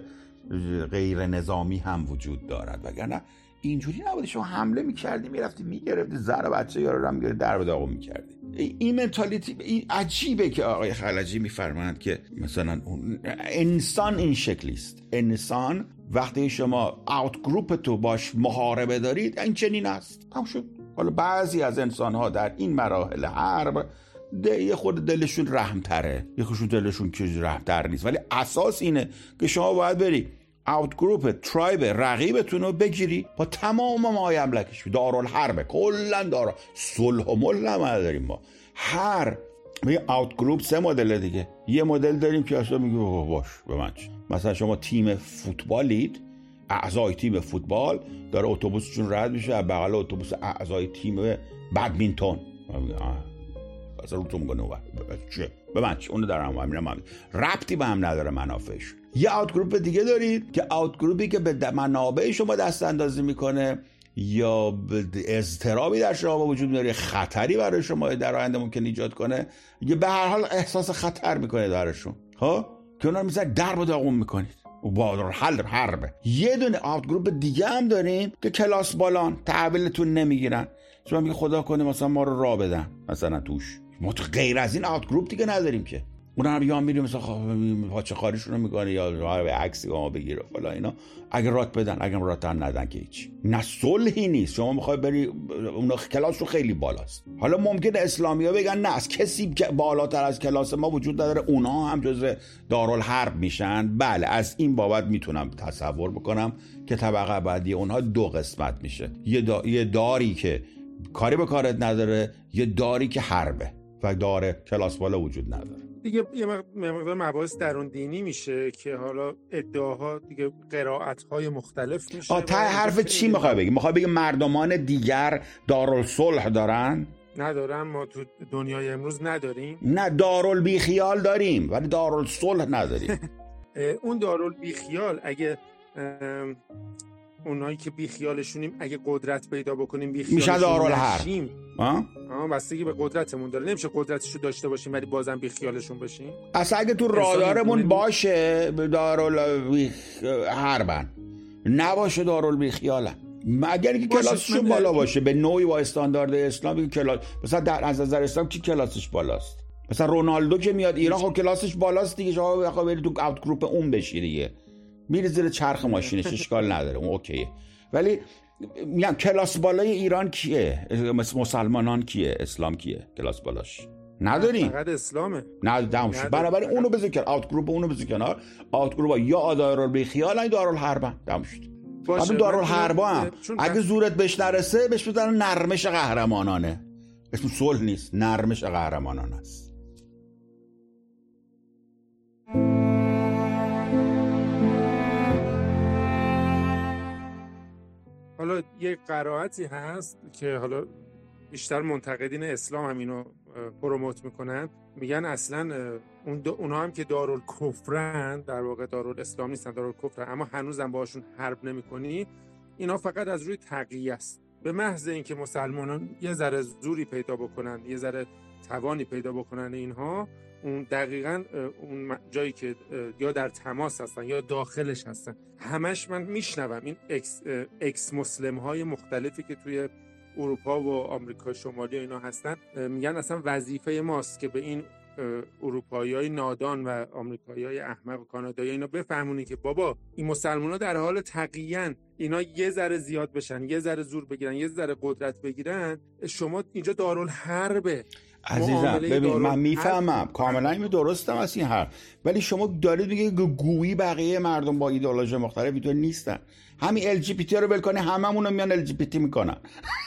غیر نظامی هم وجود دارد، وگرنه اینجوری نبوده. شما حمله می‌کردی میرفتی میگرفتی زن و بچه یارو رو هم می‌گرفتی در به داغون می‌کردی. این منتالیتی این عجیبه که آقای خلجی می‌فرمایند که مثلا انسان این شکلی است. انسان وقتی شما اوت گروپ تو باش محاربه دارید این چنین است. هم شد. حالا بعضی از انسان‌ها در این مراحل حرب یه خود دلشون رحم‌تره، یه خودشون دلشون که رحم‌تر نیست، ولی اساس اینه که شما باید بری اوت گروپ ترایب رقیبتون رو بگیری با تمام مای املکش. دارالحربه کلا دارا صلح و ملح نداریم ما. هر اوت گروپ 3 مدل دیگه. یه مدل داریم که اصلا میگه باش به من چه. مثلا شما تیم فوتبالید، اعضای تیم فوتبال داره اتوبوسشون رد میشه از بغل اتوبوس اعضای تیم بدمینتون، اصلا رو تو میگه نوبر چه به من چه، اونو دارم همین ربطی به هم نداره منافعش. یه اوت گروپ دیگه دارید که اوت گروپی که به منابع شما دست اندازی میکنه یا اضطرابی در شما وجود داره، خطری برای شما در آینده ممکن ایجاد کنه، یه به هر حال احساس خطر میکنه درشون، ها که اونا رو میذارید در و داغون میکنید و با حرب. یه دونه اوت گروپ دیگه هم داریم که کلاس بالان تحویلتون نمیگیرن، شما میگه خدا کنه مثلا ما رو راه بدن مثلا توش. ما تو غیر از این اوت گروپ دیگه نداریم که اونا هم یا میریم مثلا پاچه خاریشون رو میکنه یا به عکسی ما بگیره فلا اینا. اگه رات بدن، اگه رات هم ندن که هیچ. نه صلحی نیست. شما میخوای بری اونا کلاس رو خیلی بالاست. حالا ممکنه اسلامی‌ها بگن نه از کسی که بالاتر از کلاس ما وجود نداره، اونها هم جزء دارالحرب میشن. بله از این بابت میتونم تصور بکنم که طبقه بعدی اونها 2 قسمت میشه. یه داری که کاری به کارت نداره، یه داری که حربه و داره کلاس بالا وجود نداره. دیگه یه مقدار مباحث درون دینی میشه که حالا ادعاها دیگه قرائت‌های مختلف میشه. تا حرف چی میخوای بگی؟ میخوای بگی مردمان دیگر دارالصلح دارن؟ ندارن. ما تو دنیای امروز نداریم. نه دارالبیخیال داریم ولی دارالصلح نداریم. اون دارالبیخیال اگه اونایی که بیخیالشونیم اگه قدرت پیدا بکنیم میشن دارالحرب. بستگی به قدرتمون داره. نمیشه قدرتشو داشته باشیم ولی بازم بیخیالشون باشیم. اصلا اگه تو رادارمون باشه دارالحربن، نباشه دارالبیخیالن. مگر اینکه کلاسشون بالا باشه به نوعی با استاندارد اسلامی. کلاس مثلا در از نظر اسلام کی کلاسش بالاست؟ مثلا رونالدو که میاد ایران خب کلاسش بالاست دیگه. شما بخوای بری تو اوت گروپ اون بشی دیگه، میری زیر چرخ ماشینش، اشکال نداره، اون اوکیه. ولی میگم کلاس بالای ایران کیه؟ مسلمانان کیه؟ اسلام کیه کلاس بالاش؟ نداریم، فقط اسلامه. ندامش. بنابراین اونو بذار کنار، اوت گروپ اونو بذار کنار. اوت گروپ یا دارالبیخیال یا دارالحربن. دامشت همون دارالحربا هم اگه زورت بهش نرسه بهش بزنن نرمش قهرمانانه. اسم صلح نیست، نرمش قهرمانانه است. حالا یک قرائتی هست که حالا بیشتر منتقدین اسلام هم اینو پروموت میکنن، میگن اصلا اونا هم که دارالکفرن، در واقع دارالاسلام نیستن، دارالکفرن، اما هنوزم باشون حرب نمیکنی. اینا فقط از روی تقیه است. به محض اینکه مسلمانان یه ذره زوری پیدا بکنن، یه ذره توانی پیدا بکنن، اینها اون دقیقاً اون جایی که یا در تماس هستن یا داخلش هستن. همش من میشنوم این اکس مسلم های مختلفی که توی اروپا و آمریکا شمالی و اینا هستن، میگن اصلا وظیفه ماست که به این اروپایی‌های نادان و آمریکایی‌های احمق و کانادایی اینا بفهمونی که بابا این مسلمان‌ها در حال تقیین، اینا یه ذره زیاد بشن، یه ذره زور بگیرن، یه ذره قدرت بگیرن، شما اینجا دارالحربه. عزیزم ببین من میفهمم کاملا، این درستم از این حرف، ولی شما دارید میگه گویی بقیه مردم با ایدئولوژی مختلف اینطور نیستن. همین ال جی پی تی رو بل کنه هممون میان ال جی پی تی میکنن.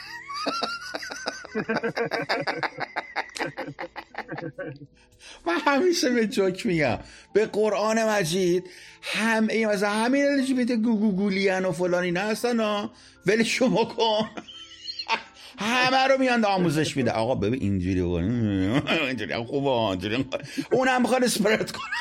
من همیشه به جوک میگم به قرآن مجید همه مثلا همین ال جی پی تی گوگولیان و فلانی هستن ولی شما کن همه رو میان آموزش میده. آقا ببین اینجوری بود، اینجوری خوبه، اینجوری اونم میخواد اسپرد کنه.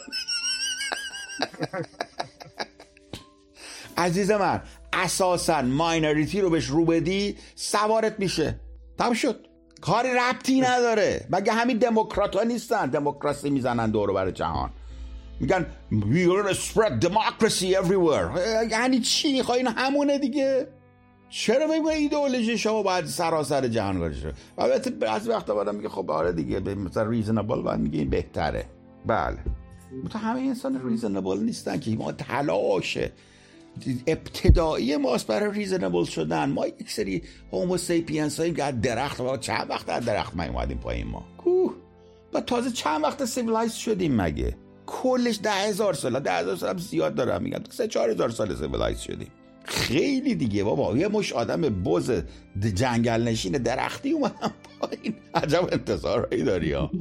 عزیز من اساسا ماینوریتی رو بهش رو بدی سوارت میشه، تمام شد، کاری ربطی نداره. مگه همین دموکرات ها نیستن دموکراسی میزنن دور و بر جهان، میگن we gonna spread democracy everywhere. یعنی چی؟ خواهی این همونه دیگه. چرا میگه ایدئولوژی شما باید سراسر جهان باشه؟ البته بعضی وقتا آدم میگه خب آره دیگه مثلا ریزنبل بعد میگه این بهتره. بله تو همه انسان ریزنبل نیستن که ما تلاشه ابتدایی ماست برای ریزنبل شدن. ما یک سری هومو سیپینس هاییم که از درخت، ما چند وقت از درخت ما اومدیم پایین، ما کوه و تازه چند وقت سیویلایز شدیم. مگه کلش 10,000 سال، 10,000 سال هم زیاد دارم میگم، 3-4,000 سال سیویلایز شدیم. خیلی دیگه بابا، یه مش آدم بز جنگل نشین درختی اومدن پایین، عجب انتظارهایی داری ها.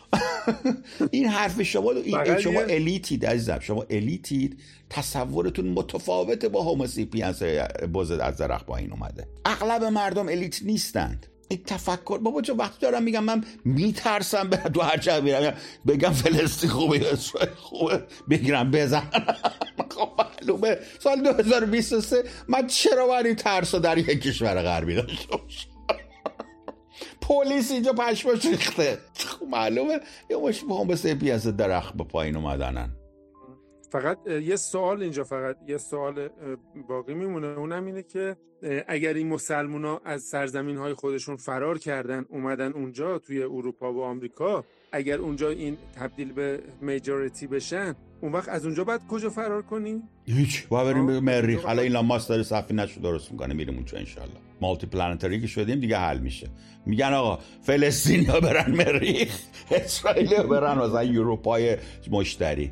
این حرف شما شما الیتید عزیزم، شما الیتید، تصورتون متفاوته با هوموسیپینس بز از درخت پایین اومده. اغلب مردم الیت نیستند. این تفکر بابا چه وقتی دارم میگم من میترسم به دو هر جا میرم بگم فلسطین خوبه، اسرائیل خوبه، بگیرم بزنم. خب معلومه سال 2023 من چرا باید این ترس رو در یک کشور غربی داشته باشم؟ پلیس اینجا پشماش ریخته. خب معلومه یه مش هومو سیپینس درخت به پایین اومدنن. فقط یه سوال اینجا، فقط یه سوال باقی میمونه، اونم اینه که اگر این مسلمونا از سرزمین‌های خودشون فرار کردن اومدن اونجا توی اروپا و آمریکا، اگر اونجا این تبدیل به میجوریتی بشن، اون وقت از اونجا بعد کجا فرار کنیم؟ هیچ، باید بریم به مریخ. حالا ایلان ماسک داره سفینه‌شو درست میکنه، میریم اونجا انشالله. مالتی پلنتری که شدیم دیگه حل میشه. میگن آقا فلسطینیا برن مریخ، اسرائیلیا برن مثلا اروپای مشتری.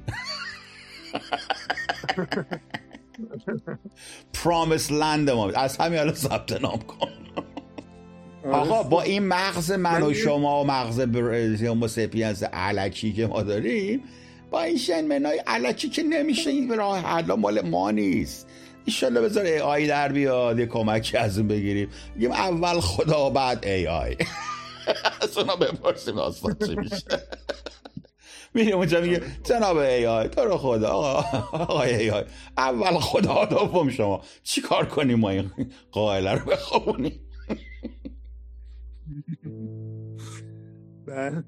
پرامیس لند ما از همین الان ثبت نام کن. آقا با این مغز من و شما و مغز هومو سیپینس الکی که ما داریم، با این شنمنای الکی که نمیشه، این راه حل مال ما نیست. ایشالله بذار ای آی در بیاد یه کمکی از اون بگیریم، بگیم اول خدا بعد ای آی. از اونا بپرسیم داستان چی میشه. میره اونجا میگه جناب AI تو رو خدا آقای AI اول خدا دوم شما چی کار کنیم ما این قائله رو بخوابونیم. بله.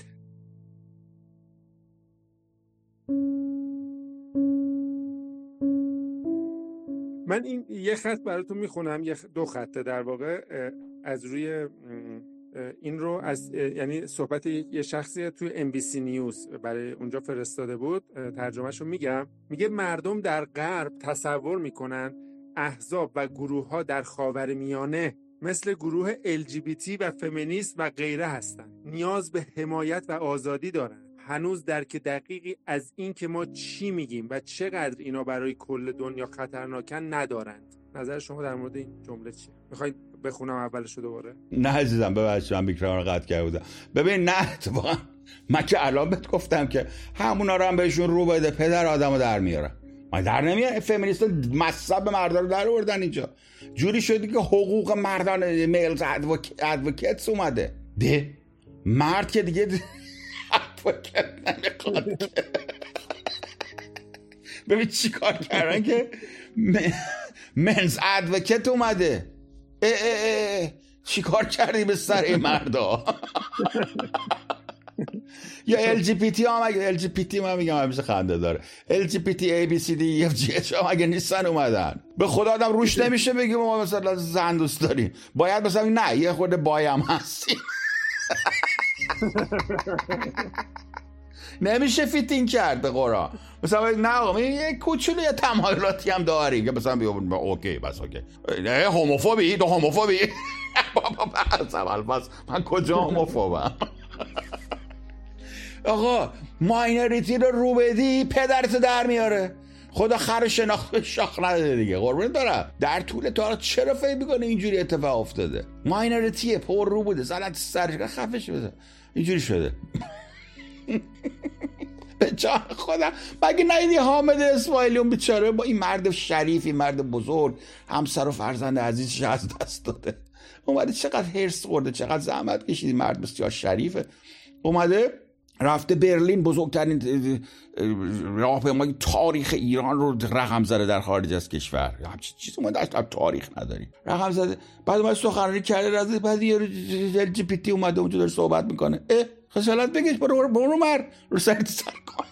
من این یه خط براتون میخونم، دو خطه در واقع از روی این رو از یعنی صحبت یه شخصی توی MBC نیوز برای اونجا فرستاده بود، ترجمهش رو میگم. میگه مردم در غرب تصور میکنن احزاب و گروه ها در خاورمیانه مثل گروه LGBT و فمینیست و غیره هستن، نیاز به حمایت و آزادی دارن. هنوز درک دقیقی از این که ما چی میگیم و چقدر اینا برای کل دنیا خطرناکن ندارند. نظر شما در مورد این جمله چیه؟ میخواید بخونم اولش رو دوباره؟ نه عزیزم ببخشید من میکروفون رو قطع کرده بودم. ببین نه اتفاقا من که الان بهت گفتم که همونا رو هم بهشون رو بده، پدر آدمو در میاره. ما در نمیاره. فمینیست‌ها مصب مردا رو در آوردن اینجا. جوری شده که حقوق مردان میلز ادوکیتس اومده. ده مرد که دیگه ادوکیت نمیخواد. ببین چی کار کردن که منز ادوکیت اومده. چی کار کردی به سر این مردا؟ یا LGBT هم اگه LGBT هم میگم همیشه خنده داره. LGBT ABCD EFG هم اگه نیستن اومدن. به خدا آدم روش نمیشه بگیم ما مثلا زن دوست داریم. باید مثلا نه یه خورده بای هم هستیم. نمیشه فیتینگ کرد به قرآن. مثلا نه آقا یه کوچولو یه تمایلاتی هم داریم که مثلا بیام اوکی بس اوکی. نه هوموفوبی تو هوموفوبی بابا بس من کجا هوموفوبم؟ آقا ماینوریتی رو بدی پدرت در میاره. خدا خر شناخت شاخ نداده دیگه قربونت برم. در طول تاریخ چرا فکر میکنه اینجوری اتفاق افتاده؟ ماینوریتی پر رو بوده سالت سرش خفش بده اینجوری شده. به جان خدا مگه نیدی حامد اسماعیلیون بیچاره با این مرد شریف، این مرد بزرگ، همسر و فرزند عزیزش از دست داده، اومده چقدر هرس خورده، چقدر زحمت کشیدی، مرد بسیار شریفه، اومده رفته برلین بزرگترین راهپیمایی تاریخ ایران رو رقم زده در خارج از کشور. همچین چیزی ما اصلا تاریخ نداریم. رقم زده. بعد ما سخنرانی کرده از بعد یه LGBT اومده اونجا داره صحبت میکنه. خجالت بکش برو مر رو سرت سر کن.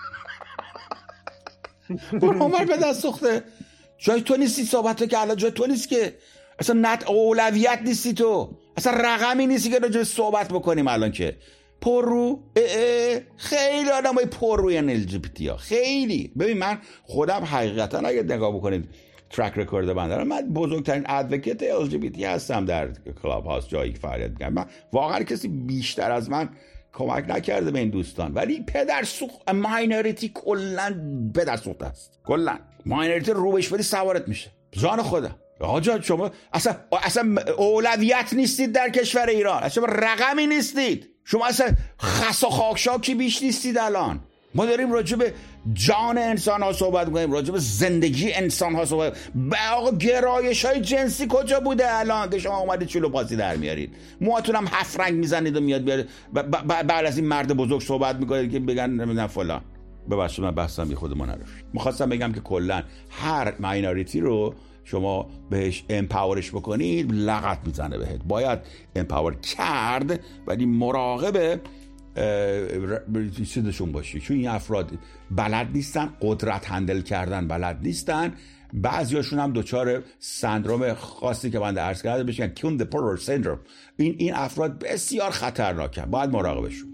برو مر به دست سوخته. جای تو نیستی صحبت که الان جای تو نیست که. اصلا اولویت نیستی تو. اصلا رقمی نیستی که راجع صحبت بکنیم الان که. پررو خیلی آدمای پرروی LGBT ها خیلی. ببین من خودم حقیقتا اگه نگاه بکنید ترک رکورد من دارم، من بزرگترین ادوکیت LGBT هستم در کلاب هاوس جایی که فعالیت می‌کنم. من واقعا کسی بیشتر از من کمک نکرده به این دوستان، ولی پدر سوخت ماینوریتی کلا پدر سوخت است. کلا ماینوریتی رو بهش بدی سوارت میشه. جان خدا آقا شما اصلا اولویت نیستید در کشور ایران، اصلا رقمی نیستید. شما اصلا خس و خاکشاکی بیش نیستید. الان ما داریم راجع به جان انسان ها صحبت می‌کنیم، راجع به زندگی انسان ها صحبت. آقا گرایش های جنسی کجا بوده الان که شما اومدید چلو پاسی در میارید؟ موهاتون هم 7 رنگ میزنید و میاد بیاره بعد از این مرد بزرگ صحبت میکنید که بگن نمیدونم فلان. ببخشید من بحثم بی خود منحرف. می‌خواستم بگم که کلا هر ماینوریتی رو شما بهش امپاورش بکنید لغت میزنه بهت. باید امپاور کرد ولی مراقب چیزشون باشی، چون این افراد بلد نیستن، قدرت هندل کردن بلد نیستن. بعضیاشون هم دچار سندروم خاصی که من عرض کردم بهش میگن کون د پرور سندروم. این افراد بسیار خطرناکن، باید مراقبشون.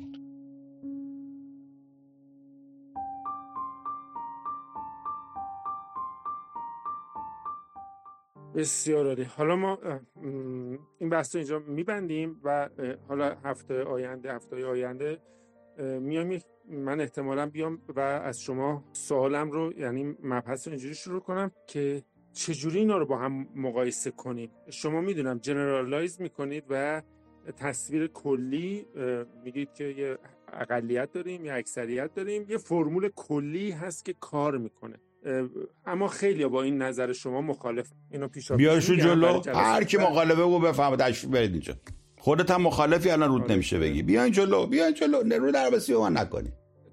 بسیار عالی. حالا ما این بحث رو اینجا میبندیم و حالا هفته آینده میام، من احتمالاً بیام و از شما سوالم رو یعنی مبحث رو اینجوری شروع کنم که چجوری اینا رو با هم مقایسه کنیم. شما میدونم جنرالایز میکنید و تصویر کلی میگید که یه اقلیت داریم یه اکثریت داریم، یه فرمول کلی هست که کار میکنه، اما خیلی با این نظر شما مخالف. اینو پیشا بیارشو جلو، هر کی مخالفه و بفهمه تشریف برید اینجا. خودت هم مخالفی الان رود نمیشه بگی بیاین جلو رو در بسی من نکنی.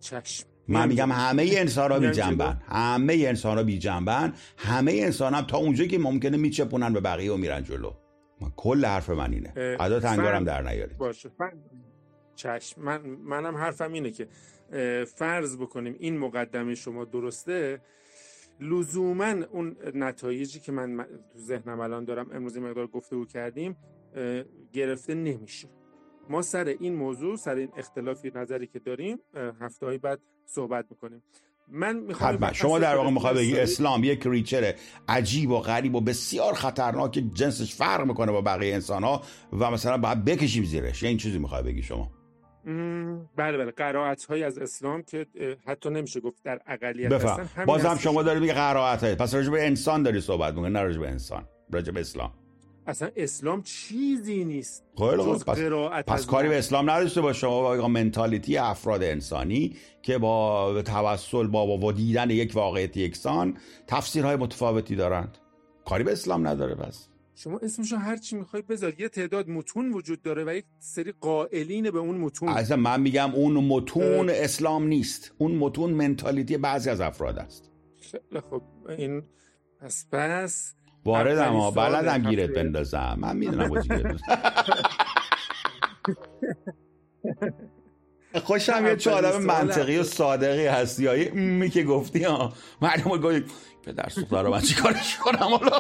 چشم. من میگم همه انسان‌ها بی جنبن، همه انسان‌ها بی جنبن، همه انسان‌ها تا اونجایی که ممکنه میچپونن به بقیه و میرن جلو. کل حرف من اینه. ادا تنگارم در نیارید. باشه. چشم. منم حرفم اینه که فرض بکنیم این مقدمه شما درسته، لزوما اون نتایجی که من تو ذهنم الان دارم امروز مقدار گفتگو کردیم گرفته نمیشه. ما سر این موضوع، سر این اختلافی نظری که داریم هفته‌های بعد صحبت میکنیم. من میخوام شما در واقع میخواد بگی اسلام یک کریچر عجیب و غریب و بسیار خطرناک که جنسش فرق میکنه با بقیه انسان‌ها و مثلا باید بکشیم زیرش، این چیزی میخواد بگی شما؟ بله قرائت‌هایی از اسلام که حتی نمیشه گفت در اقلیت هستن. بازم شما داری میگه قرائت‌های، پس راجع به انسان داری صحبت میکنی، نه راجع به انسان، راجع به اسلام. اصلا اسلام چیزی نیست جز قرائت. پس کاری به اسلام نداشته باشه شما با منتالیتی افراد انسانی که با توسل با دیدن یک واقعیت یکسان تفسیرهای متفاوتی دارند، کاری به اسلام نداره. بس شما اسمشو هر چی میخوای بذار، یه تعداد متون وجود داره و یک سری قائلین به اون متون. اصلا من میگم اون متون اسلام نیست، اون متون منتالیتی بعضی از افراد است. خیلی خب این پس واردم ها، بلدم گیرت بندازم، من میدونم با گیرت خوشم یه چه آدم منطقی و صادقی هستی هایی می که گفتی ها مردم رو گوید پدر سوختار رو من چی کارش کنم حالا.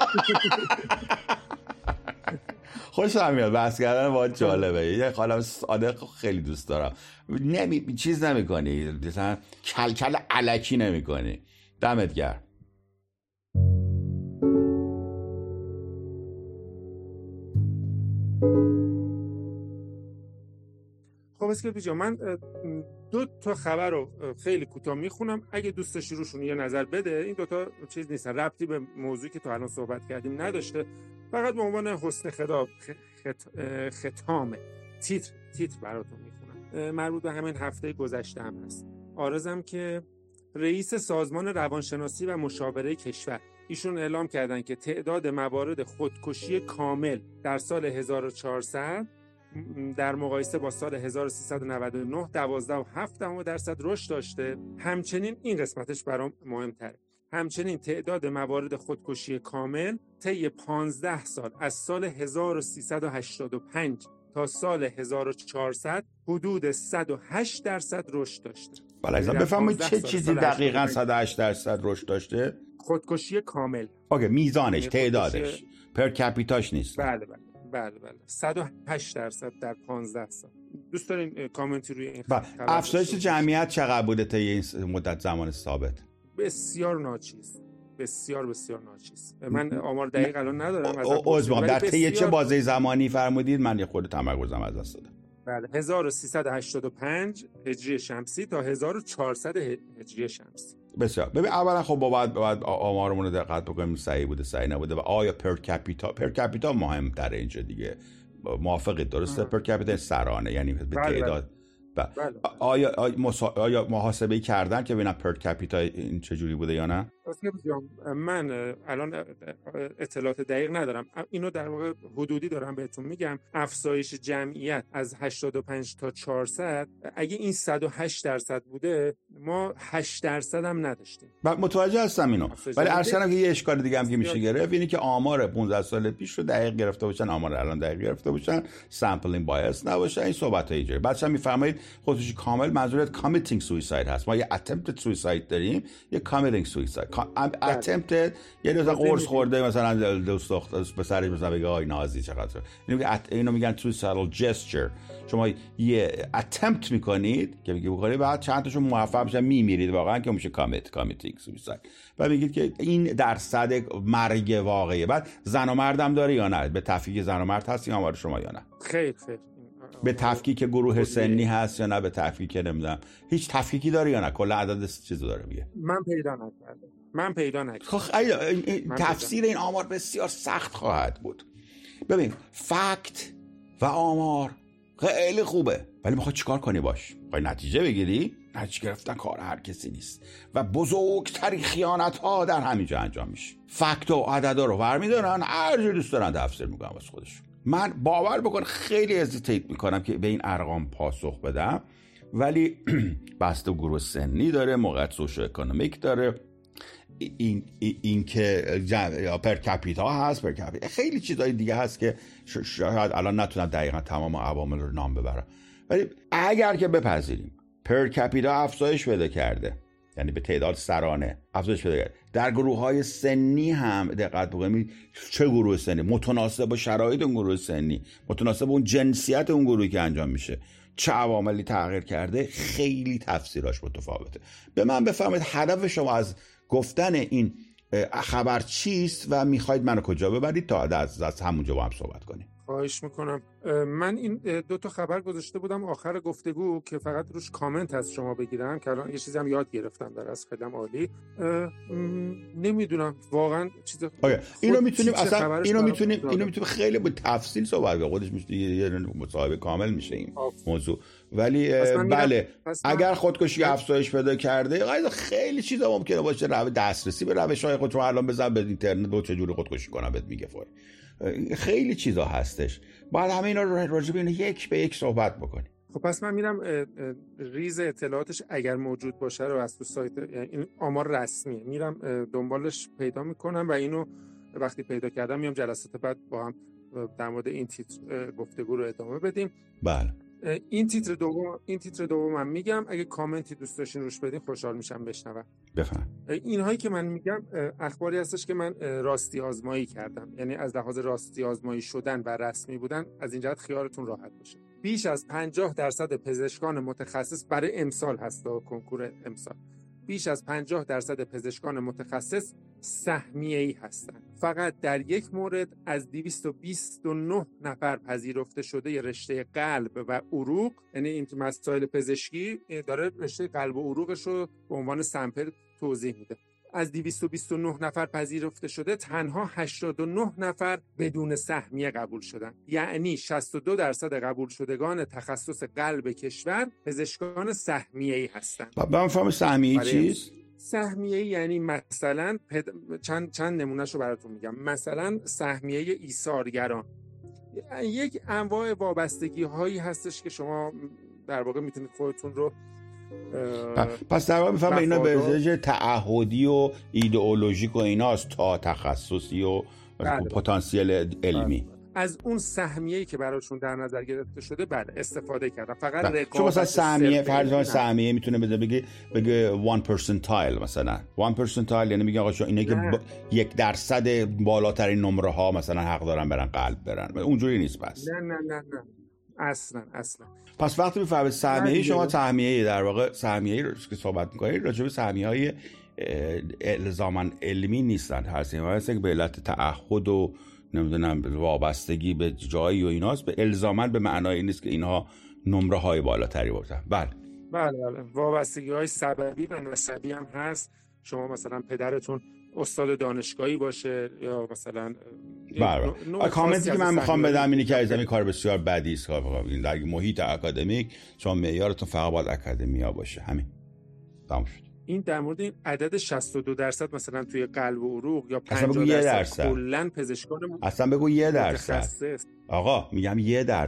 خوشم میاد، بحث کردن باید جالبه، یه خالم صادق خیلی دوست دارم. چیز نمی کنی، کل علکی نمی کنی. دمت گرم. خب اسکلپی جان، من 2 تا خبر رو خیلی کوتاه میخونم، اگه دوست داشتی روشون یه نظر بده. این 2 تا چیز نیستن، ربطی به موضوعی که تا الان صحبت کردیم نداشته، فقط به عنوان حسن ختامه. تیتر براتون میخونم، مربوط به همین هفته گذشته هم هست. عارضم که رئیس سازمان روانشناسی و مشاوره کشور، ایشون اعلام کردن که تعداد موارد خودکشی کامل در سال 1400 در مقایسه با سال 1399 12.7% رشد داشته. همچنین این قسمتش برام مهمتره، همچنین تعداد موارد خودکشی کامل طی 15 سال از سال 1385 تا سال 1400 حدود 108% رشد داشته. بله ازم بفهمید چه چیزی دقیقاً 108% رشد داشته؟ خودکشی کامل. اوکی، میزانش، تعدادش، پر کپیتاش نیست. بله 108% در 15 سال. دوست دارین کامنتی روی این افزایش جمعیت چقدر بوده تا این مدت زمان ثابت؟ بسیار ناچیز، بسیار ناچیز. من آمار دقیق الان ندارم عذر در طی چه بازه زمانی فرمودید؟ من یه خورده تمرکزم از دست دادم. بله 1385 هجری شمسی تا 1400 هجری شمسی. بسیار. ببین اولا خب باید آمارمون رو دقت بکنیم صحیح بوده صحیح نبوده و آیا پر کپیتا مهم در اینجا دیگه. موافقید درسته؟ پر کپیتا سرانه، یعنی به تعداد. آیا محاسبه کردن که ببینم پر کپیتا این چجوری بوده یا نه؟ من الان اطلاعات دقیق ندارم، اینو در واقع حدودی دارم بهتون میگم. افزایش جمعیت از 85 تا 400 اگه این 108% بوده، ما 8% هم نداشتیم. متوجه هستم اینو، ولی اصلا که یه اشکال دیگه هم که میشه گرفت اینی که آمار 15 سال پیش رو دقیق گرفته باشن، آمار الان دقیق گرفته باشن، سامپلینگ بایاس نباشه، این صحبت‌ها اینجوری. بعدش میفرمایید خودکشی کامل منظورت کامیتینگ سویساید هست. ما یه اتمپتد سویساید داریم، یه کامیتینگ سویساید. اتمپتد یه دوتا قرص خورده مثلا دوست به سرش مثلا بگه آی نازی چقدر، اینو میگن سویسایدال جستچر. شما یه اتمپت میکنید که میگه بخوری بعد چند تاشون موفق میشن میمیرید واقعا که میشه کامیتینگ سویساید و میگید که این درصد مرگ واقعیه. بعد زن و مردم داره یا نه؟ به تفکیک زن و مرد هست این آمار شما یا نه؟ خیر به تفکیک گروه سنی هست یا نه؟ به تفکیک نمیدونم هیچ تفکیکی داره یا نه؟ کلا عدد چیزو داره میگه؟ من پیدا نکردم. تفسیر این آمار بسیار سخت خواهد بود. ببین فکت و آمار خیلی خوبه، ولی میخوای چیکار کنی باش؟ میخوای نتیجه بگیری؟ نتیجه گرفتن کار هر کسی نیست و بزرگترین خیانت ها در همینجا انجام میشه. فکت و عددا رو برمی‌دارن، هر جور دوست دارن تفسیر میکنن واسه خودشون. من باور بکن خیلی هزیتیت میکنم که به این ارقام پاسخ بدم ولی بسته گروه سنی داره، موقعیت سوشو اکونومیک داره، این که یا پر کپیتا هست، خیلی چیزای دیگه هست که شاید الان نتونم دقیقا تمام عوامل رو نام ببرم، ولی اگر که بپذیریم پر کپیتا افزایش پیدا کرده، یعنی به تعداد سرانه افزایش پیدا کرده، در گروه‌های سنی هم دقت بکنید چه گروه سنی متناسب با شرایط اون گروه سنی، متناسب با اون جنسیت اون گروهی که انجام میشه، چه عواملی تغییر کرده، خیلی تفسیراش متفاوته. به من بفهمید هدف شما از گفتن این خبر چیست و میخواید منو کجا ببرید تا از همونجا با هم صحبت کنیم. خواهش میکنم. من این 2 تا خبر گذاشته بودم آخر گفتگو که فقط روش کامنت از شما بگیرم که الان یه چیزی هم یاد گرفتم در از خیلی عالی. نمیدونم واقعا چیز اینو میتونیم اصلا اینو میتونیم خیلی با تفصیل صحبت کنیم، خودش میشه یه مصاحبه کامل میشه این موضوع. ولی بله اگر خودکشی افزایش پیدا کرده خیلی چیزا ممکنه باشه، دسترسی به روش‌های خودت رو الان بزن به اینترنت و چه جوری خودکشی کنم بهت میگه فوری. خیلی چیزا هستش، باید همه اینا رو راجع به اینا یک به یک صحبت بکنیم. خب پس من میرم ریز اطلاعاتش اگر موجود باشه رو از تو سایت، این آمار رسمیه، میرم دنبالش پیدا میکنم و اینو وقتی پیدا کردم میام جلسات بعد با هم در مورد این تیتر گفتگو رو ادامه بدیم. بله این تیتر دوم من میگم، اگه کامنتی دوست داشتین روش بدین خوشحال میشم بشنوم. بفهم. اینهایی که من میگم اخباری هستش که من راستی آزمایی کردم، یعنی از لحاظ راستی آزمایی شدن و رسمی بودن، از این جهت خیالتون راحت باشه. بیش از 50% پزشکان متخصص برای امسال هست، کنکور امسال بیش از 50% پزشکان متخصص سهمیه‌ای هستند. فقط در یک مورد از 229 نفر پذیرفته شده رشته قلب و عروق، یعنی این مسائل پزشکی داره رشته قلب و عروقش رو به عنوان سمپل توضیح میده، از 229 نفر پذیرفته شده تنها 89 نفر بدون سهمیه قبول شدن، یعنی 62% قبول شدگان تخصص قلب کشور پزشکان سهمیه‌ای هستند. من فهم سهمیه چیست؟ سهمیه یعنی مثلا چند نمونهشو براتون میگم. مثلا سهمیه ایثارگران، یک انواع وابستگی هایی هستش که شما در واقع میتونید خودتون رو پس در واقع میفهمم اینا به ازای تعهدی و ایدئولوژیک و ایناست تا تخصصی و پتانسیل علمی. از اون سهمیه‌ای که براشون در نظر گرفته شده بعد استفاده کردن. فقط رقابت چون مثلا سهمیه فرضاً سهمیه میتونه بگه 1 percentile، مثلا 1 percentile یعنی میگه آقا شو اینه که 1% بالاترین نمره ها مثلا حق دارن برن قلب برن، اونجوری نیست. پس نه اصلا. پس وقتی میفهمید سهمیه شما سهمیه در واقع سهمیه رو که صحبت می‌کنید راجع به سهمیه‌های الزاماً علمی نیستن، هست که به علت تعهد و نمیدونم وابستگی به جایی و ایناست، به الزاماً به معنای نیست که اینها نمره های بالاتری باشن. بله وابستگی های سببی و نسبی هم هست. شما مثلا پدرتون استاد دانشگاهی باشه یا مثلا کامنتی که من میخوام بدم اینه که این کار بسیار بدی است. در محیط اکادمیک شما معیارتون فقط باید اکادمیا باشه، همین تمام شد. این در مورد این عدد 62% مثلا توی قلب و عروق یا 50% کلا پزشکان اصلا بگو 1%. آقا میگم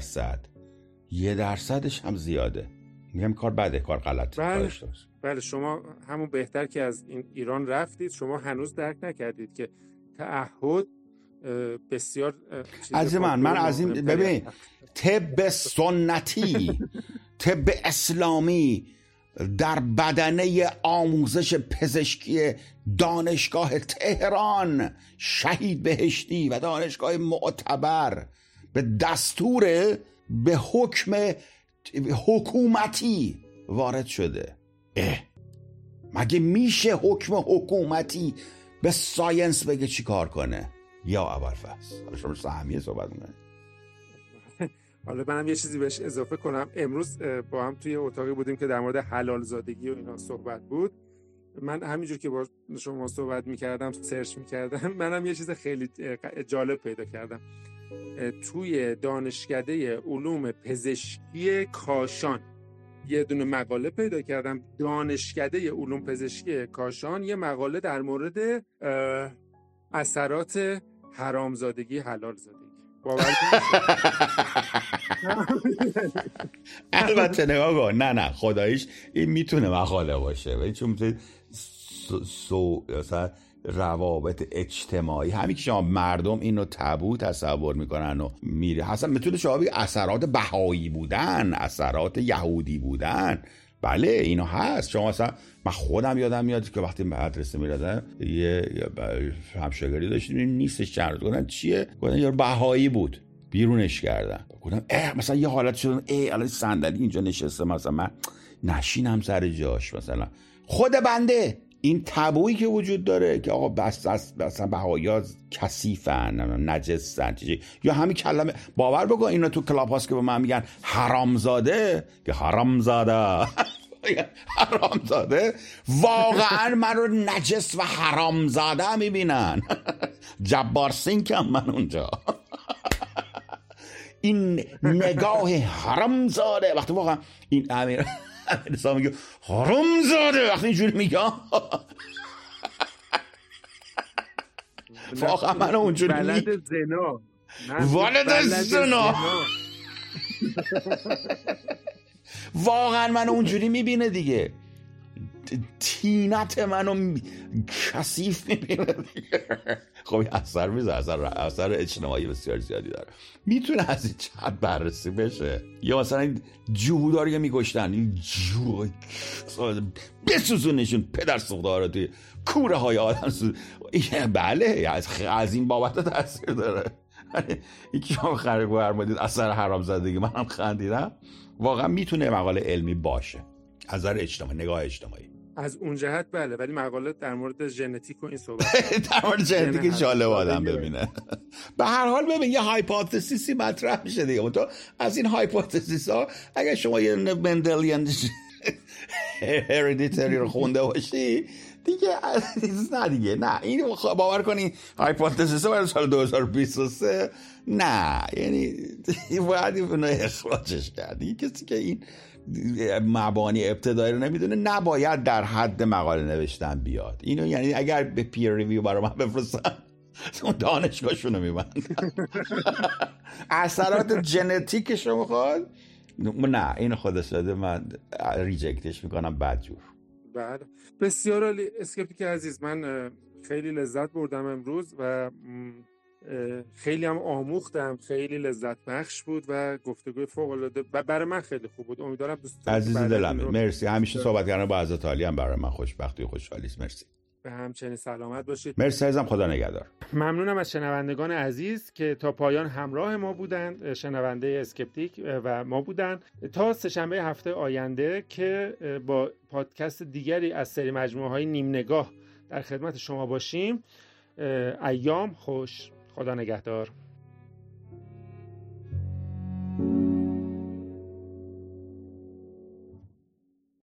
1%ش هم زیاده. میگم کار بده، کار غلط. بله شما همون بهتر که از این ایران رفتید، شما هنوز درک نکردید که تعهد بسیار از من از این ببین طب سنتی طب اسلامی در بدنه آموزش پزشکی دانشگاه تهران شهید بهشتی و دانشگاه معتبر به دستور به حکم حکومتی وارد شده. مگه میشه حکم حکومتی به ساینس بگه چی کار کنه؟ یا اول فصل شما سهمیه صحبت میکنه. حالا منم یه چیزی بهش اضافه کنم. امروز با هم توی اتاقی بودیم که در مورد حلال زادگی و اینا صحبت بود. من همینجور که با شما صحبت میکردم سرچ میکردم، منم یه چیز خیلی جالب پیدا کردم. توی دانشکده علوم پزشکی کاشان یه دونه مقاله پیدا کردم. دانشکده علوم پزشکی کاشان یه مقاله در مورد اثرات حرامزادگی حلال زادگی. البته نگاه کن، نه خداییش این میتونه مقاله باشه، ولی چون میتونه مثلا روابط اجتماعی، همین که شما مردم اینو تابو تصور میکنن و میره، اصلا میتونه شما بگی اثرات بهایی بودن، اثرات یهودی بودن، بله اینو هست. شما مثلا من خودم یادم میاد که وقتی مدرسه میرفتم یه همشاگردی داشتیم نیستش چند روز، گفتن چیه؟ گفتن یارو بهایی بود، بیرونش کردن. گفتم مثلا یه حالت شدم الان صندلی اینجا نشسته مثلا من نشینم سر جاش، مثلا خود بنده این تابویی که وجود داره که آقا بس مثلا بهایی‌ها کثیفن، نجسن، یا همین کلمه باور بکن اینا تو کلاب هاست که به من میگن حرامزاده، که حرامزاده حرامزاده، واقعا من رو نجس و حرامزاده میبینن. جبار سینکم من اونجا. این نگاه حرامزاده، وقتی واقعا این امیر حسام میگه حرامزاده، وقتی اینجوری میگه واقعا من اونجوری ولد زنا، ولد زنا واقعا من اونجوری میبینه دیگه، تینت منو کثیف میبینه دیگه. خب اثر میذاره، اثر اجتماعی بسیار زیادی داره، میتونه از این جهت بررسی بشه. یا مثلا جهوداری که میگشتن، این جو بسوزونشون پدر سوخته‌ها توی کوره های آدم بله از این بابت تاثیر داره. این که شما خرق برمادید اثر حرام زدگی، منم خندیدم، واقعا میتونه مقاله علمی باشه از نظر اجتماعی، نگاه اجتماعی از اون جهت بله، ولی مقاله در مورد ژنتیک و این صحبت در مورد ژنتیک جالب آدم ببینه. به هر حال ببین یه هایپوتزیسی مطرح میشه دیگه، اون تو از این هایپوتزیس ها اگه شما یه مندلیان هریدیتری رو خونده باشی دیگه نه دیگه، نه این باور کنی هایپوتزیس برای سال 2023 نه، یعنی باید اینو اخراجش کردی. کسی که این مبانی ابتدایی رو نمیدونه نباید در حد مقاله نوشتن بیاد. اینو یعنی اگر به پیر ریویو برای من بفرستن اون دانشگاهشون رو میبندن. اثرات ژنتیکش رو میخواد، نه این خودش داده، من ریجکتش میکنم بدجور. بله بسیار عالی. اسکپتیک عزیز، من خیلی لذت بردم امروز و خیلی هم آموختم، خیلی لذت بخش بود و گفتگوی فوق العاده برای من خیلی خوب بود. امیدوارم دوستان عزیز دلم مرسی، همیشه صحبت کردن با حضرت عالی هم برای من خوشبختی و خوشحالی است. مرسی. به همچنین سلامت باشید. مرسی عزیزم، خدا نگهدار. ممنونم از شنوندگان عزیز که تا پایان همراه ما بودند، شنونده اسکپتیک و ما بودند. تا سه‌شنبه هفته آینده که با پادکست دیگری از سری مجموعه‌های نیم نگاه در خدمت شما باشیم. ایام خوش، خدا نگهدار.